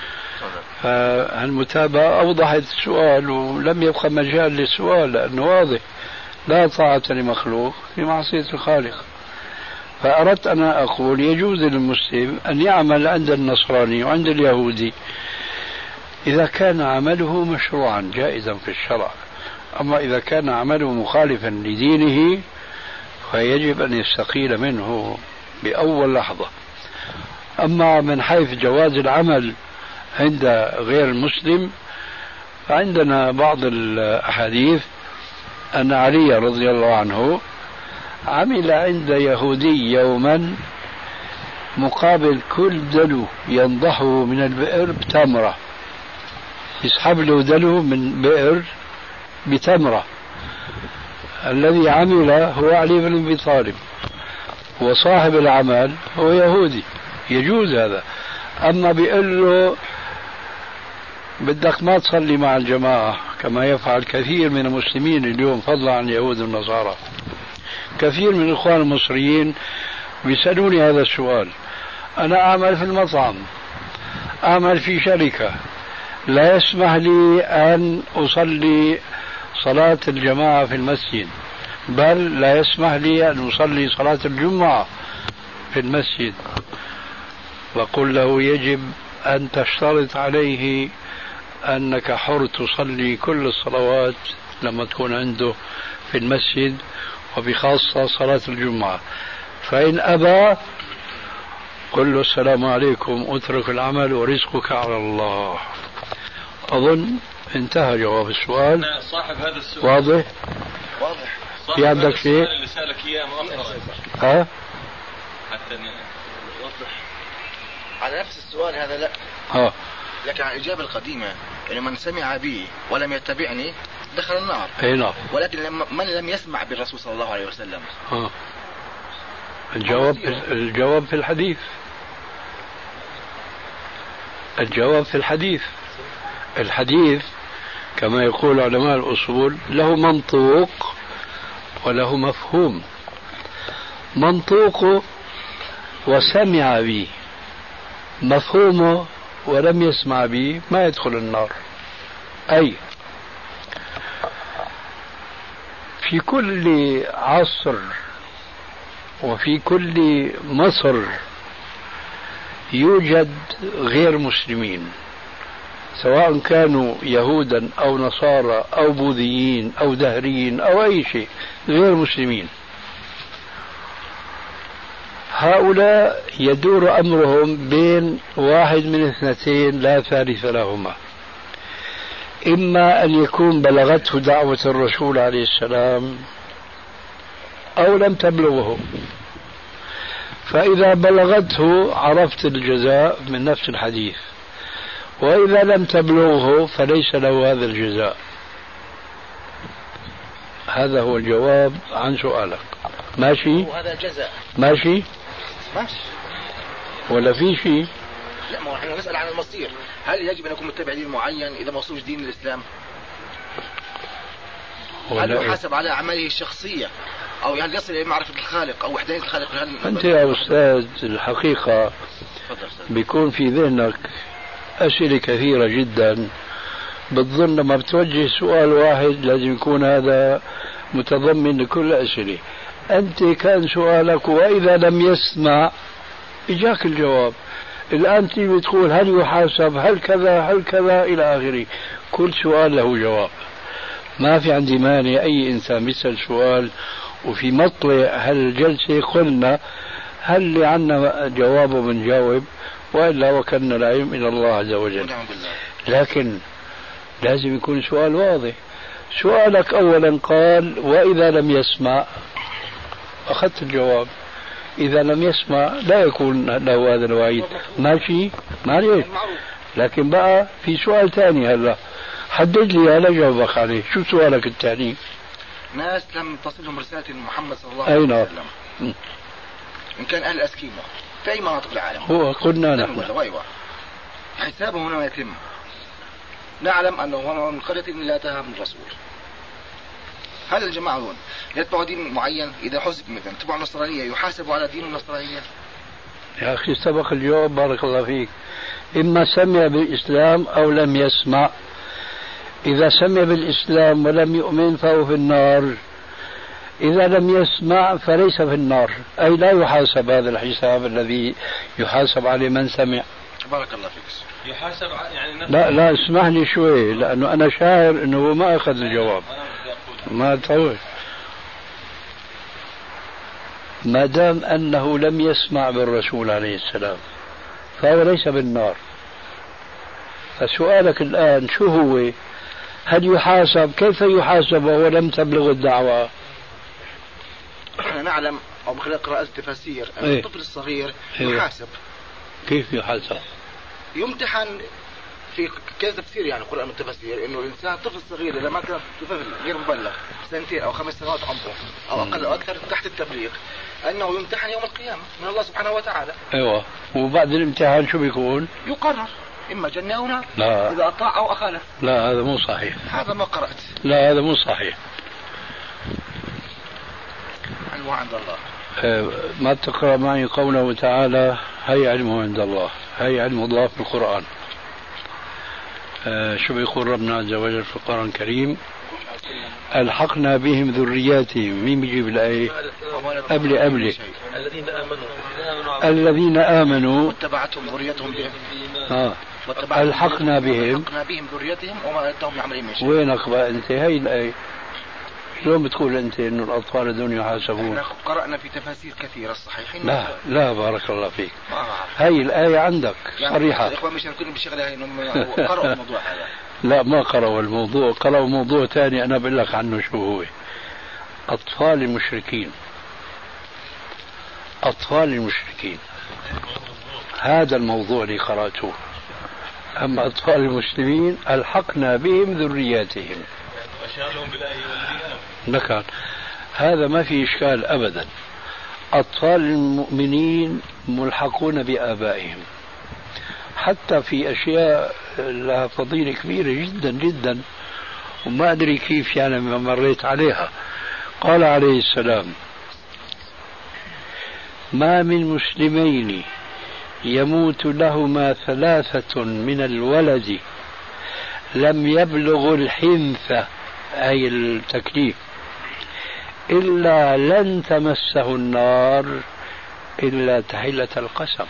C: فالمتابعة أوضحت السؤال ولم يبقى مجال للسؤال لأنه واضح لا طاعة لمخلوق في معصية الخالق. فأردت أن أقول يجوز للمسلم أن يعمل عند النصراني وعند اليهودي إذا كان عمله مشروعا جائزا في الشرع، أما إذا كان عمله مخالفا لدينه فيجب أن يستقيل منه بأول لحظة. أما من حيث جواز العمل عند غير المسلم فعندنا بعض الأحاديث أن علي رضي الله عنه عمل عند يهودي يوما مقابل كل دلو ينضحه من البئر بتمرة، يسحب له دلو من بئر بتمرة. الذي عمل هو علي بن أبي طالب وصاحب العمل هو يهودي، يجوز هذا. أما بيقول له بدك ما تصلي مع الجماعة كما يفعل كثير من المسلمين اليوم فضلا عن اليهود والنصارى، كثير من الإخوان المصريين بيسألوني هذا السؤال، أنا أعمل في المطعم، أعمل في شركة، لا يسمح لي أن أصلي صلاة الجماعة في المسجد، بل لا يسمح لي أن أصلي صلاة الجمعة في المسجد. وقل له يجب أن تشترط عليه أنك حر تصلي كل الصلوات لما تكون عنده في المسجد وبخاصة صلاة الجمعة، فإن أبى قل له السلام عليكم اترك العمل ورزقك على الله. أظن انتهى جواب السؤال.
E: صاحب هذا السؤال
C: واضح؟
J: واضح.
C: في عندك شيء؟
E: اللي سألك إياه مؤخرا
C: ها؟
E: حتى نوضح
J: على نفس السؤال هذا لا.
C: ها.
J: لكن عن الإجابة القديمة يعني من سمع بي ولم يتبعني دخل النار.
C: أي نعم.
J: ولكن لما من لم يسمع بالرسول صلى الله عليه وسلم.
C: ها. الجواب الجواب في الحديث. الجواب في الحديث. الحديث كما يقول علماء الأصول له منطوق وله مفهوم. منطوقه وسمع به، مفهومه ولم يسمع به ما يدخل النار. أي في كل عصر وفي كل مصر يوجد غير مسلمين، سواء كانوا يهودا أو نصارى أو بوذيين أو دهريين أو أي شيء، غير مسلمين. هؤلاء يدور أمرهم بين واحد من اثنتين لا ثالث لهما، إما أن يكون بلغته دعوة الرسول عليه السلام أو لم تبلغه، فإذا بلغته عرفت الجزاء من نفس الحديث، وإذا لم تبلغه فليس له هذا الجزاء. هذا هو الجواب عن سؤالك. ماشي؟
J: وهذا جزاء.
C: ماشي؟
J: ماشي.
C: ولا في شيء؟
J: لا، ما احنا نسأل عن المصير، هل يجب أن يكون متبع دين معين إذا ما وصلش دين الإسلام؟ هل يحاسب على أعماله الشخصية أو هل يصل إلى معرفة الخالق أو وحدانية الخالق؟ هل
C: أنت يا أستاذ الحقيقة بيكون في ذهنك أسئلة كثيرة جدا، بتظن لما بتوجه سؤال واحد لازم يكون هذا متضمن لكل الأسئلة. أنت كان سؤالك وإذا لم يسمع إجاك الجواب، الآن تيجي تقول هل يحاسب، هل كذا، هل كذا إلى آخره. كل سؤال له جواب. ما في عندي مانع أي إنسان بيسأل سؤال وفي مطلع هالجلسة قلنا هل اللي عنا جوابه بنجاوب، وإلا وكلنا العلم إلى الله عز وجل. لكن لازم يكون سؤال واضح. سؤالك أولا قال وإذا لم يسمع، أخذت الجواب. إذا لم يسمع لا يكون له هذا الوعيد، ماشي معليش. لكن بقى في سؤال ثاني، هلا حدد لي هلا جاوبك عليه. شو سؤالك الثاني؟
J: ناس لم تصلهم رسالة محمد صلى الله عليه وسلم. أي نعم. إن كان أهل الأسكيمو في أي مناطق العالم،
C: هو قلنا نحن
J: أيوة حسابهم هنا يتم. نعلم أنه هو من قرية لا تهاب من الرسول. هذا الجماعة هون يتبعوا دين معين، إذا حزب مثلا تبعوا النصرانية يحاسبوا على دين النصرانية.
C: يا أخي سبق الجواب بارك الله فيك. إما سمع بالإسلام أو لم يسمع. إذا سمع بالإسلام ولم يؤمن فهو في النار، إذا لم يسمع فليس في النار، أي لا يحاسب هذا الحساب الذي يحاسب عليه من سمع.
J: بارك الله فيك.
E: يحاسب يعني
C: لا لا اسمح لي شوي، لأنه أنا شاعر أنه ما أخذ الجواب. ما تطول. ما دام أنه لم يسمع بالرسول عليه السلام فهو ليس بالنار. فسؤالك الآن شو هو؟ هل يحاسب؟ كيف يحاسب وهو لم تبلغ الدعوة؟
J: نحن نعلم أو من خلال قراءة التفاسير أن
C: إيه؟
J: الطفل الصغير
C: إيه؟
J: يحاسب.
C: كيف يحاسب؟
J: يمتحن في كذا تفسير، يعني قرآن التفاسير انه الانسان طفل صغير اذا ما كان طفل غير مبلغ سنتين او خمس سنوات عمره او اقل او اكثر تحت التبليغ، انه يمتحن يوم القيامه من الله سبحانه وتعالى.
C: ايوه، وبعد الامتحان شو بيكون؟
J: يقرر اما جنه او نار.
C: لا
J: اذا اطاع او اخالف.
C: لا هذا مو صحيح.
J: هذا ما قرات.
C: لا هذا مو صحيح.
J: علمه عند الله.
C: ما تقرأ معي قوله تعالى هي علمه عند الله، هي علم الله في القرآن. آه شو بيقول ربنا عز وجل في القرآن الكريم؟ ألحقنا بهم ذرياتهم. مين بيجيب الآية؟ قبل قبل
E: الذين آمنوا
C: الذين آمنوا
J: واتبعتهم ذريتهم بهم.
C: آه. ألحقنا بهم
J: ألحقنا بهم ذريتهم وما أتهم يعملون من شيء.
C: وينك بقى أنت؟ هي الآية. شلون بتقول أنت إنه الأطفال هذول يحاسبون؟
J: قرأنا في تفاسير كثيرة الصحيحين.
C: لا لا بارك الله فيك. هاي الآية عندك صريحة.
J: يعني الإخوان مش يكونوا بالشغلة هاي إنهم قرأوا الموضوع هذا.
C: لا ما قرأوا الموضوع، قرأوا موضوع ثاني أنا بقول لك عنه شو هو. أطفال المشركين، أطفال المشركين هذا الموضوع اللي قرأته. أما أطفال المسلمين ألحقنا بهم ذرياتهم.
E: وشالهم بالآية
C: نكال هذا ما في إشكال أبدا. أطفال المؤمنين ملحقون بآبائهم، حتى في أشياء لها فضيلة كبيرة جدا جدا وما أدري كيف يعني ما مريت عليها. قال عليه السلام ما من مسلمين يموت لهما ثلاثة من الولد لم يبلغ الحنث أي التكليف إلا لن تمسه النار إلا تحلة القسم.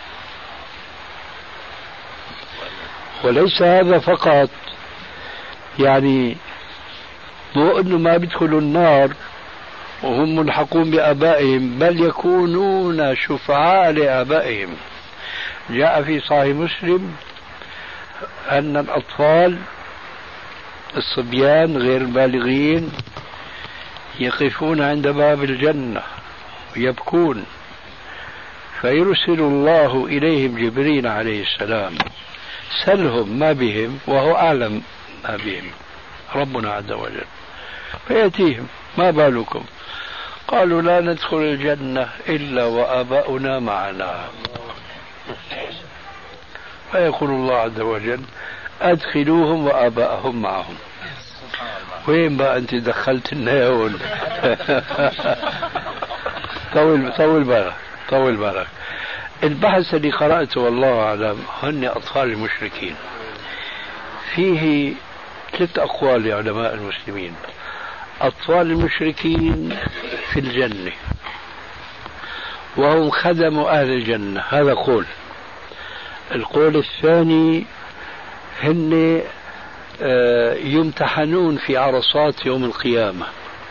C: وليس هذا فقط، يعني مو أنه ما بيدخلوا النار وهم ملحقون بآبائهم، بل يكونون شفعاء لآبائهم. جاء في صحيح مسلم أن الأطفال الصبيان غير البالغين يقفون عند باب الجنة ويبكون، فيرسل الله إليهم جبريل عليه السلام سلهم ما بهم وهو أعلم ما بهم ربنا عز وجل، فيأتيهم ما بالكم؟ قالوا لا ندخل الجنة إلا وآباؤنا معنا. فيقول الله عز وجل أدخلوهم وآباءهم معهم. وين بقى أنت دخلت النيون؟ طول طول بالك طول بالك. البحث اللي قرأته والله أعلم هن أطفال المشركين. فيه ثلاث أقوال لعلماء المسلمين. أطفال المشركين في الجنة وهم خدموا أهل الجنة، هذا قول. القول الثاني هن يمتحنون في عرصات يوم القيامة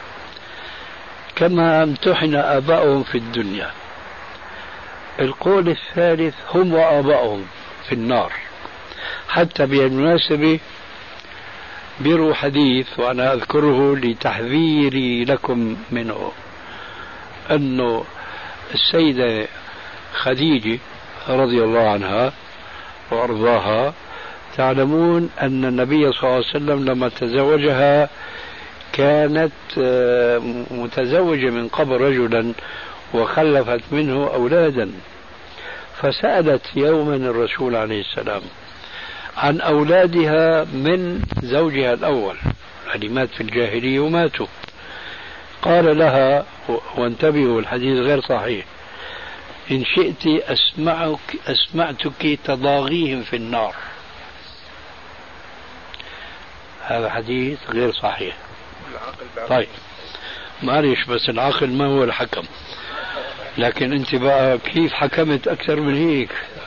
C: كما امتحن آباؤهم في الدنيا. القول الثالث هم وآباؤهم في النار. حتى بالمناسبة بيروا حديث وأنا أذكره لتحذيري لكم منه، أنه السيدة خديجة رضي الله عنها وأرضاها، تعلمون أن النبي صلى الله عليه وسلم لما تزوجها كانت متزوجة من قبل رجلا وخلفت منه أولادا، فسألت يوما الرسول عليه السلام عن أولادها من زوجها الأول، يعني مات في الجاهلية وماتوا. قال لها، وانتبهوا الحديث غير صحيح، إن شئت أسمعك أسمعتك تضاغيهم في النار. هذا حديث غير صحيح. طيب معلش، بس العقل ما هو الحكم، لكن انت بقى كيف حكمت اكثر من هيك؟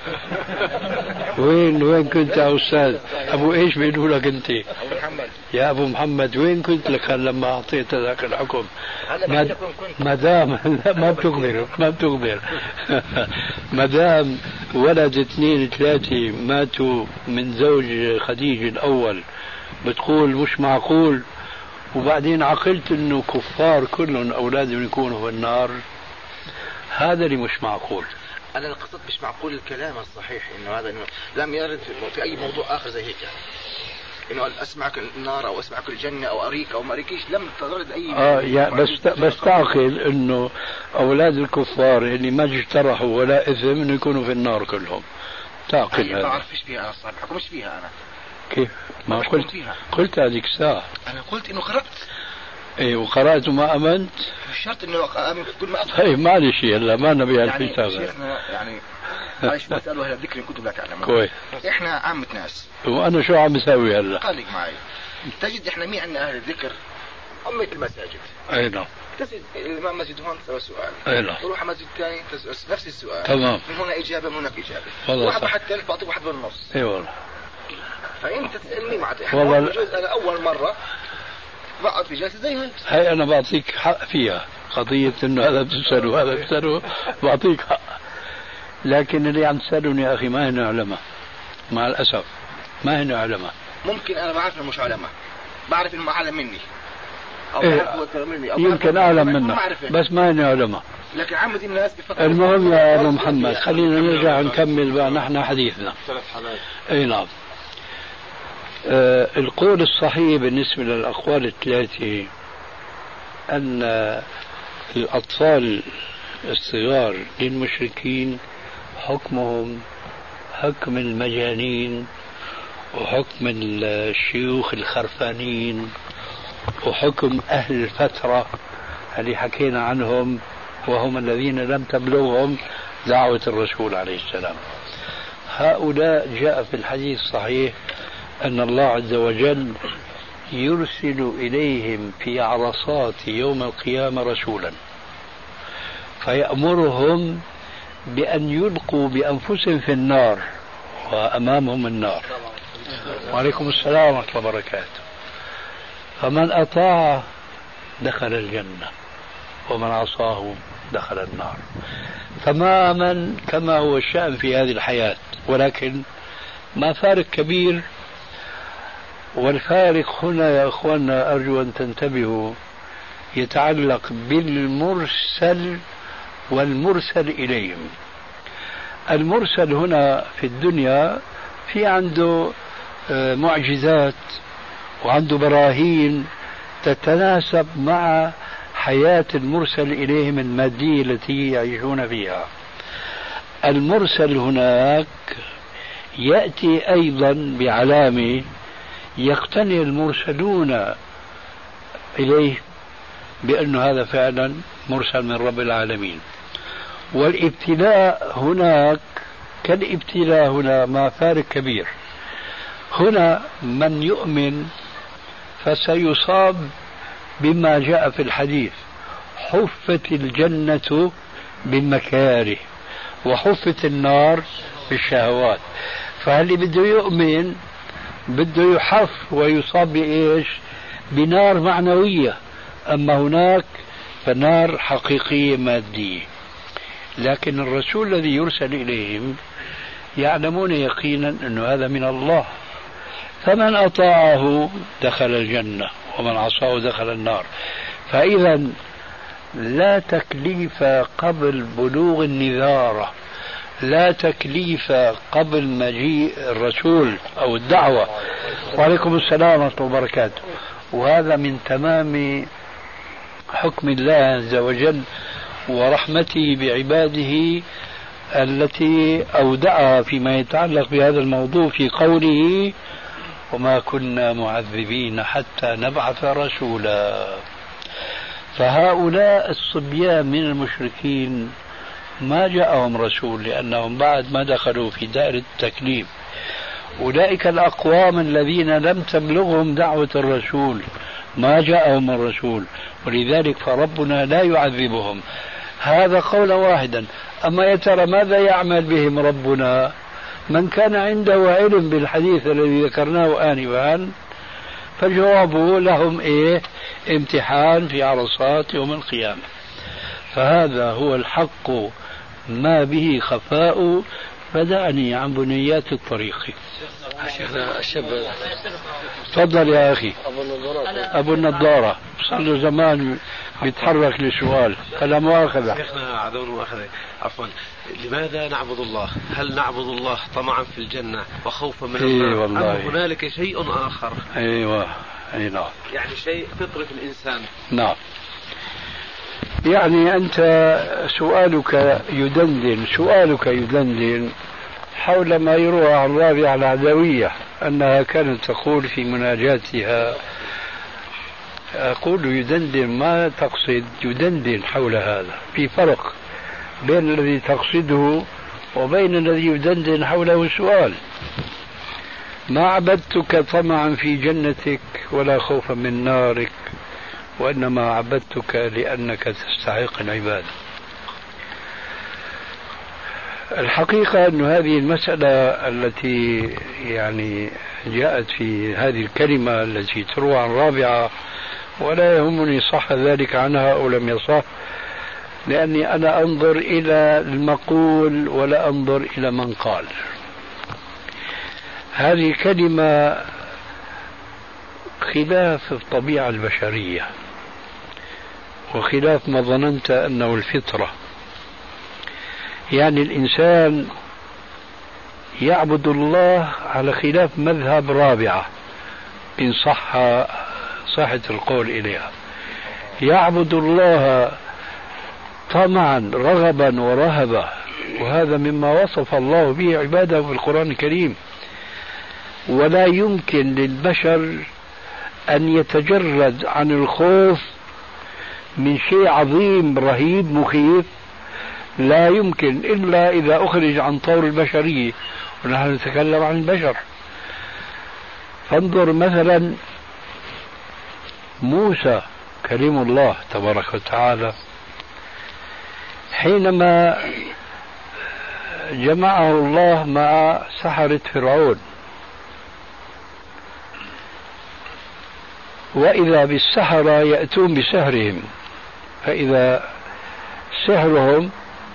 C: وين وين كنت يا استاذ ابو ايش بيقولوا لك انت يا ابو محمد؟ وين كنت لك لما اعطيت ذاك الحكم؟ ما دام ما بتخبر ما بتخبر ما دام ولد اثنين ثلاثه ماتوا من زوج خديجه الاول بتقول مش معقول، وبعدين عقلت انه كفار كلهم اولادهم يكونوا في النار. هذا اللي مش معقول.
J: انا القصد مش معقول الكلام الصحيح انه هذا إنه لم يرد في اي موضوع اخر زي هيك، يعني انه اسمعك النار او اسمعك الجنه او اريك او ما اريكيش، لم ترد اي
C: اه يا بس بس تعقل انه اولاد الكفار اللي ما اجترحوا ولا اثم انه يكونوا في النار كلهم. تعقل هذا؟
J: ما بعرفش فيها انا الصراحه، حكمش فيها انا.
C: كيف؟ ما قلت فيها. قلت هذيك الساعه
J: انا قلت انه قرات.
C: ايه وقرأت وما امنت؟
J: مش شرط انه امن كل ما أدخل.
C: طيب معلش هلا ما نبي
J: يعني
C: الكتاب.
J: شيخنا يعني معلش بسأله هلا ذكر كنت لا تعلمون.
C: كويس.
J: احنا عامة ناس.
C: وانا شو عم اسوي هلا؟
J: خليك معي. تجد احنا مين عندنا اهل الذكر؟ أمة المساجد.
C: اي نعم.
J: تجد الامام مسجد هون تسأل سؤال.
C: اي نعم.
J: تروح على مسجد ثاني تسأل نفس السؤال.
C: تمام.
J: من هنا اجابة من هناك اجابة.
C: والله
J: واحد
C: صح.
J: واحد ثالث بعطيك واحد بالنص.
C: اي والله.
J: فانت تسألني معناتها
C: والله
J: بجوز انا اول مرة بقعد في جلسة زي هيك.
C: هي انا بعطيك حق فيها، قضية انه هذا بتسأله وهذا بتسأله بعطيك حق، لكن اللي عم تسألوني يا اخي ما هن علماء، مع الاسف ما هن علماء.
J: ممكن انا بعرف انه مش علماء، بعرف انه اعلم مني او
C: إيه
J: اكثر مني أو
C: يمكن اعلم منك بس ما هن علماء.
J: لكن عامة الناس بفكر.
C: المهم يا ابو محمد خلينا نرجع نكمل بقى نحن حديثنا. اي نعم. آه القول الصحيح بالنسبة للأقوال الثلاثة أن الأطفال الصغار للمشركين حكمهم حكم المجانين وحكم الشيوخ الخرفانين وحكم أهل الفترة اللي حكينا عنهم وهم الذين لم تبلغهم دعوة الرسول عليه السلام. هؤلاء جاء في الحديث الصحيح أن الله عز وجل يرسل إليهم في عرصات يوم القيامة رسولا فيأمرهم بأن يلقوا بأنفسهم في النار وأمامهم النار. وعليكم السلام ورحمة الله وبركاته. فمن أطاع دخل الجنة ومن عصاه دخل النار، تماما كما هو الشأن في هذه الحياة، ولكن ما فارق كبير. والفارق هنا يا أخواننا أرجو أن تنتبهوا يتعلق بالمرسل والمرسل إليهم. المرسل هنا في الدنيا في عنده معجزات وعنده براهين تتناسب مع حياة المرسل إليهم المادية التي يعيشون فيها. المرسل هناك يأتي أيضا بعلامة يقتنع المرسلون إليه بأن هذا فعلا مرسل من رب العالمين. والابتلاء هناك كالابتلاء هنا ما فارق كبير. هنا من يؤمن فسيصاب بما جاء في الحديث: حفت الجنة بالمكاره وحفت النار بالشهوات. فاللي بده يؤمن بده يحف ويصاب بإيش؟ بنار معنوية. أما هناك فنار حقيقية مادية. لكن الرسول الذي يرسل إليهم يعلمون يقينا أن هذا من الله، فمن أطاعه دخل الجنة ومن عصاه دخل النار. فإذا لا تكليف قبل بلوغ النذارة، لا تكليف قبل مجيء الرسول أو الدعوة. وعليكم السلام ورحمة الله وبركاته. وهذا من تمام حكم الله عز وجل ورحمته بعباده التي أودعها فيما يتعلق بهذا الموضوع في قوله: وما كنا معذبين حتى نبعث رسولا. فهؤلاء الصبيان من المشركين ما جاءهم رسول لأنهم بعد ما دخلوا في دائرة التكليف. أولئك الأقوام الذين لم تبلغهم دعوة الرسول ما جاءهم الرسول، ولذلك فربنا لا يعذبهم. هذا قولا واحدا. أما يا ترى ماذا يعمل بهم ربنا؟ من كان عنده علم بالحديث الذي ذكرناه آنفا فجوابه لهم إيه؟ امتحان في عرصات يوم القيامة. فهذا هو الحق ما به خفاء، فدعني عن بنيات الطريق.
H: شيخنا الشاب
C: تفضل يا أخي.
H: أبو النضارة
C: أبو النضارة صار له زمان بيتحرك لسؤال. أنا مؤاخذة
D: شيخنا عدو مؤاخذة عفوا. لماذا نعبد الله؟ هل نعبد الله طمعا في الجنة وخوفا من
C: إيه
D: النار، أم هنالك شيء آخر؟
C: أيوة أي نعم،
D: يعني شيء فطري في الإنسان.
C: نعم. يعني أنت سؤالك يدندن سؤالك يدندن حول ما يروى عن رابعة العدوية أنها كانت تقول في مناجاتها. أقول يدندن، ما تقصد يدندن حول هذا. في فرق بين الذي تقصده وبين الذي يدندن حوله السؤال. ما عبدتك طمعا في جنتك ولا خوفا من نارك، وإنما عبدتك لأنك تستحق العبادة. الحقيقة أن هذه المسألة التي يعني جاءت في هذه الكلمة التي تروى عن رابعة، ولا يهمني صح ذلك عنها أو لم يصح، لأني أنا أنظر إلى المقول ولا أنظر إلى من قال. هذه كلمة خلاف الطبيعة البشرية وخلاف ما ظننت أنه الفطرة. يعني الإنسان يعبد الله على خلاف مذهب رابعة إن صح صحة القول إليها. يعبد الله طمعا رغبا ورهبا، وهذا مما وصف الله به عباده في القرآن الكريم. ولا يمكن للبشر أن يتجرد عن الخوف من شيء عظيم رهيب مخيف، لا يمكن إلا إذا أخرج عن طور البشرية، ونحن نتكلم عن البشر. فانظر مثلا موسى كريم الله تبارك وتعالى حينما جمعه الله مع سحرة فرعون، وإذا بالسحرة يأتون بسحرهم، فإذا سحرهم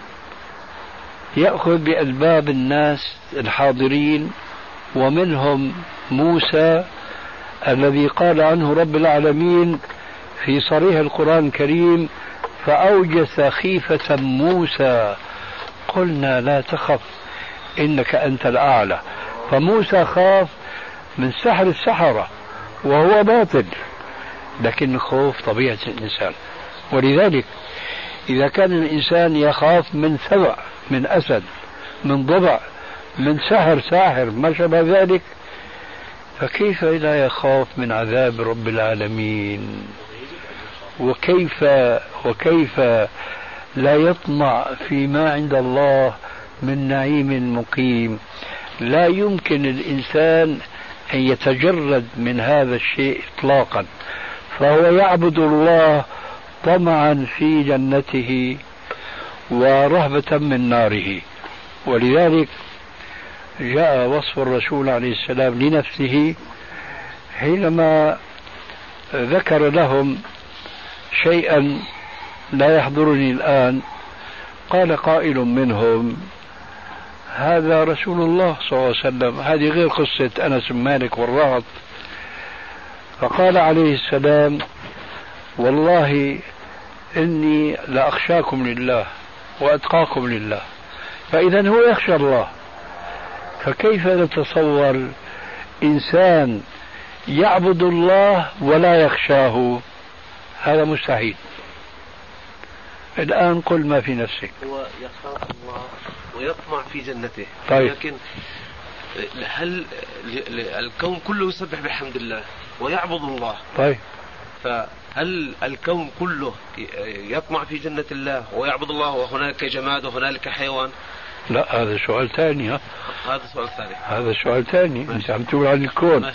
C: يأخذ بألباب الناس الحاضرين، ومنهم موسى الذي قال عنه رب العالمين في صريح القرآن الكريم: فأوجس خيفة موسى قلنا لا تخف إنك أنت الأعلى. فموسى خاف من سحر السحرة وهو باطل، لكن خوف طبيعة الإنسان. ولذلك إذا كان الإنسان يخاف من سبع، من أسد، من ضبع، من سحر ساحر ما شابه ذلك، فكيف لا يخاف من عذاب رب العالمين؟ وكيف وكيف لا يطمع فيما عند الله من نعيم مقيم؟ لا يمكن الإنسان أن يتجرد من هذا الشيء إطلاقا، فهو يعبد الله طمعا في جنته ورهبة من ناره. ولذلك جاء وصف الرسول عليه السلام لنفسه حينما ذكر لهم شيئا لا يحضرني الآن. قال قائل منهم: هذا رسول الله صلى الله عليه وسلم، هذه غير قصة أنس بن مالك والرهط. فقال عليه السلام: والله إني لأخشاكم لله وأتقاكم لله. فإذا هو يخشى الله، فكيف نتصور إنسان يعبد الله ولا يخشاه؟ هذا مستحيل. الآن قل ما في نفسك.
D: هو يخاف الله ويطمع في جنته.
C: طيب.
D: لكن هل الكون كله يسبح بحمد الله ويعبد الله؟
C: طيب.
D: فهل الكون كله يطمع في جنة الله ويعبد الله وهناك جماد وهنالك حيوان؟
C: لا، هذا سؤال ثاني. ها؟
D: هذا سؤال ثاني.
C: هذا سؤال ثاني. انت عم تقول عن الكون.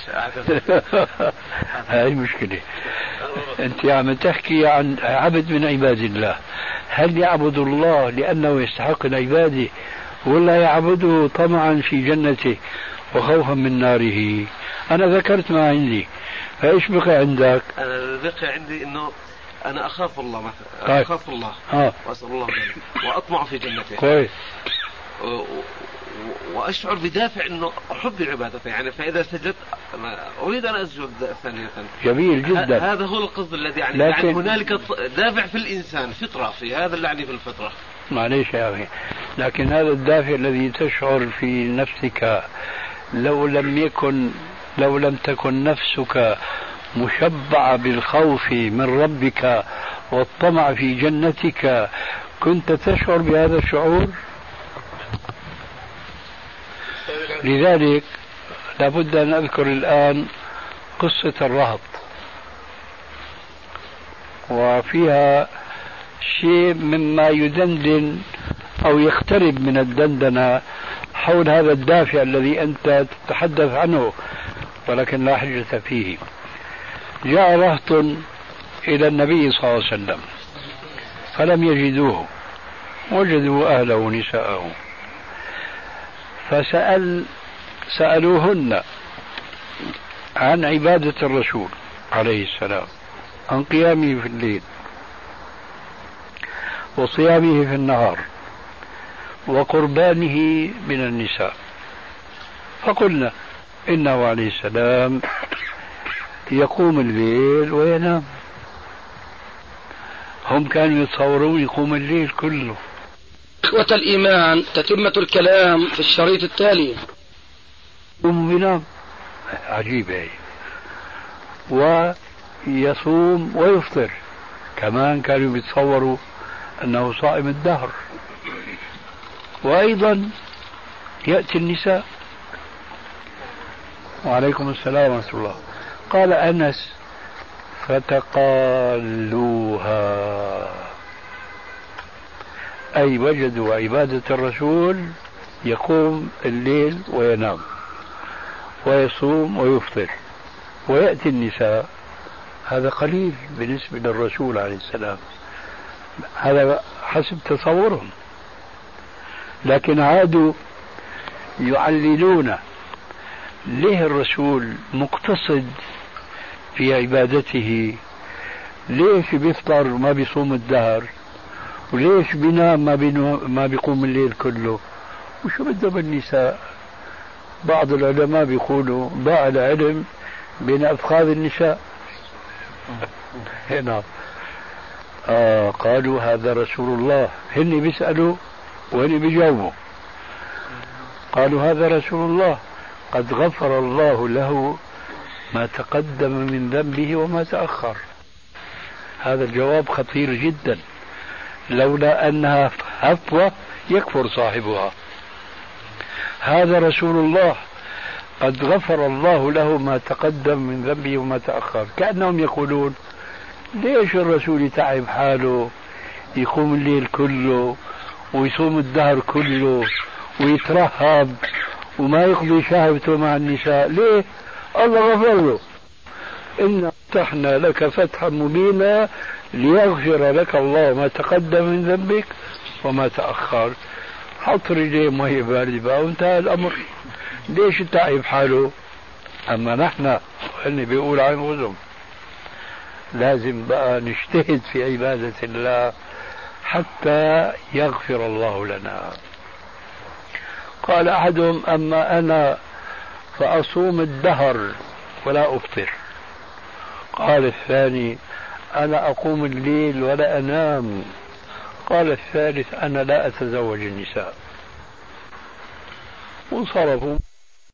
C: هاي مشكلة. انت عم تحكي عن عبد من عباد الله. هل يعبد الله لأنه يستحق العبادة ولا يعبده طمعا في جنته وخوفا من ناره؟ أنا ذكرت ما عندي، فإيش بقي عندك؟
D: أنا بقي عندي إنه أنا أخاف الله مثلا.
C: طيب.
D: أخاف الله
C: آه.
D: وأسأل الله ذلك وأطمع في جنته.
C: كويس.
D: وأشعر بدافع إنه أحب عبادته، يعني فإذا سجدت أريد أن أسجد ثانية.
C: جميل جدا.
D: هذا هو القصد الذي يعني,
C: لكن...
D: يعني هنالك دافع في الإنسان، فطرة في هذا اللي يعني في الفطرة.
C: معليش يا أخي، لكن هذا الدافع الذي تشعر في نفسك لو لم يكن لو لم تكن نفسك مشبعة بالخوف من ربك والطمع في جنتك كنت تشعر بهذا الشعور؟ لذلك لابد أن أذكر الآن قصة الرهط، وفيها شيء مما يدندن أو يقترب من الدندنة حول هذا الدافع الذي أنت تتحدث عنه ولكن لا حجة فيه. جاء رهط إلى النبي صلى الله عليه وسلم فلم يجدوه، وجدوا أهله ونساءه، فسأل سألوهن عن عبادة الرسول عليه السلام، عن قيامه في الليل وصيامه في النهار وقربانه من النساء. فقلنا إنه عليه السلام يقوم الليل وينام. هم كانوا يتصورون يقوم الليل كله.
B: إخوة الإيمان، تتمة الكلام في الشريط التالي.
C: يقوم وينام، عجيبة هي. ويصوم ويفطر، كمان كانوا يتصوروا أنه صائم الدهر. وأيضا يأتي النساء. وعليكم السلام ورحمة الله. قال أنس: فتقالوها، أي وجدوا عبادة الرسول يقوم الليل وينام ويصوم ويفطر، ويأتي النساء. هذا قليل بالنسبة للرسول عليه السلام، هذا حسب تصورهم. لكن عادوا يعللون ليه الرسول مقتصد في عبادته، ليش بيفطر ما بيصوم الدهر، وليش بينام ما, ما بيقوم الليل كله، وشو بده بالنساء. بعض العلماء بيقولوا ضاع العلم بين أفخاذ النساء. هنا آه قالوا هذا رسول الله، هن بيسألوا وهن بيجاوبوا. قالوا هذا رسول الله قد غفر الله له ما تقدم من ذنبه وما تأخر. هذا الجواب خطير جدا، لولا أنها هفوة يكفر صاحبها. هذا رسول الله قد غفر الله له ما تقدم من ذنبه وما تأخر. كأنهم يقولون ليش الرسول يتعب حاله يقوم الليل كله ويصوم الدهر كله ويترهب وما يقضي شهوته مع النساء؟ ليه؟ الله غفر له. إنا فتحنا لك فتحا مبينا ليغفر لك الله ما تقدم من ذنبك وما تأخر. حط رجليه مية باردة بقى وانتهى الأمر. ليش تعب حاله؟ أما نحن اللي بيقول عن غزم لازم بقى نجتهد في عبادة الله حتى يغفر الله لنا. قال أحدهم أما أنا فأصوم الدهر ولا أفطر. قال الثاني أنا أقوم الليل ولا أنام. قال الثالث أنا لا أتزوج النساء. وانصرفوا.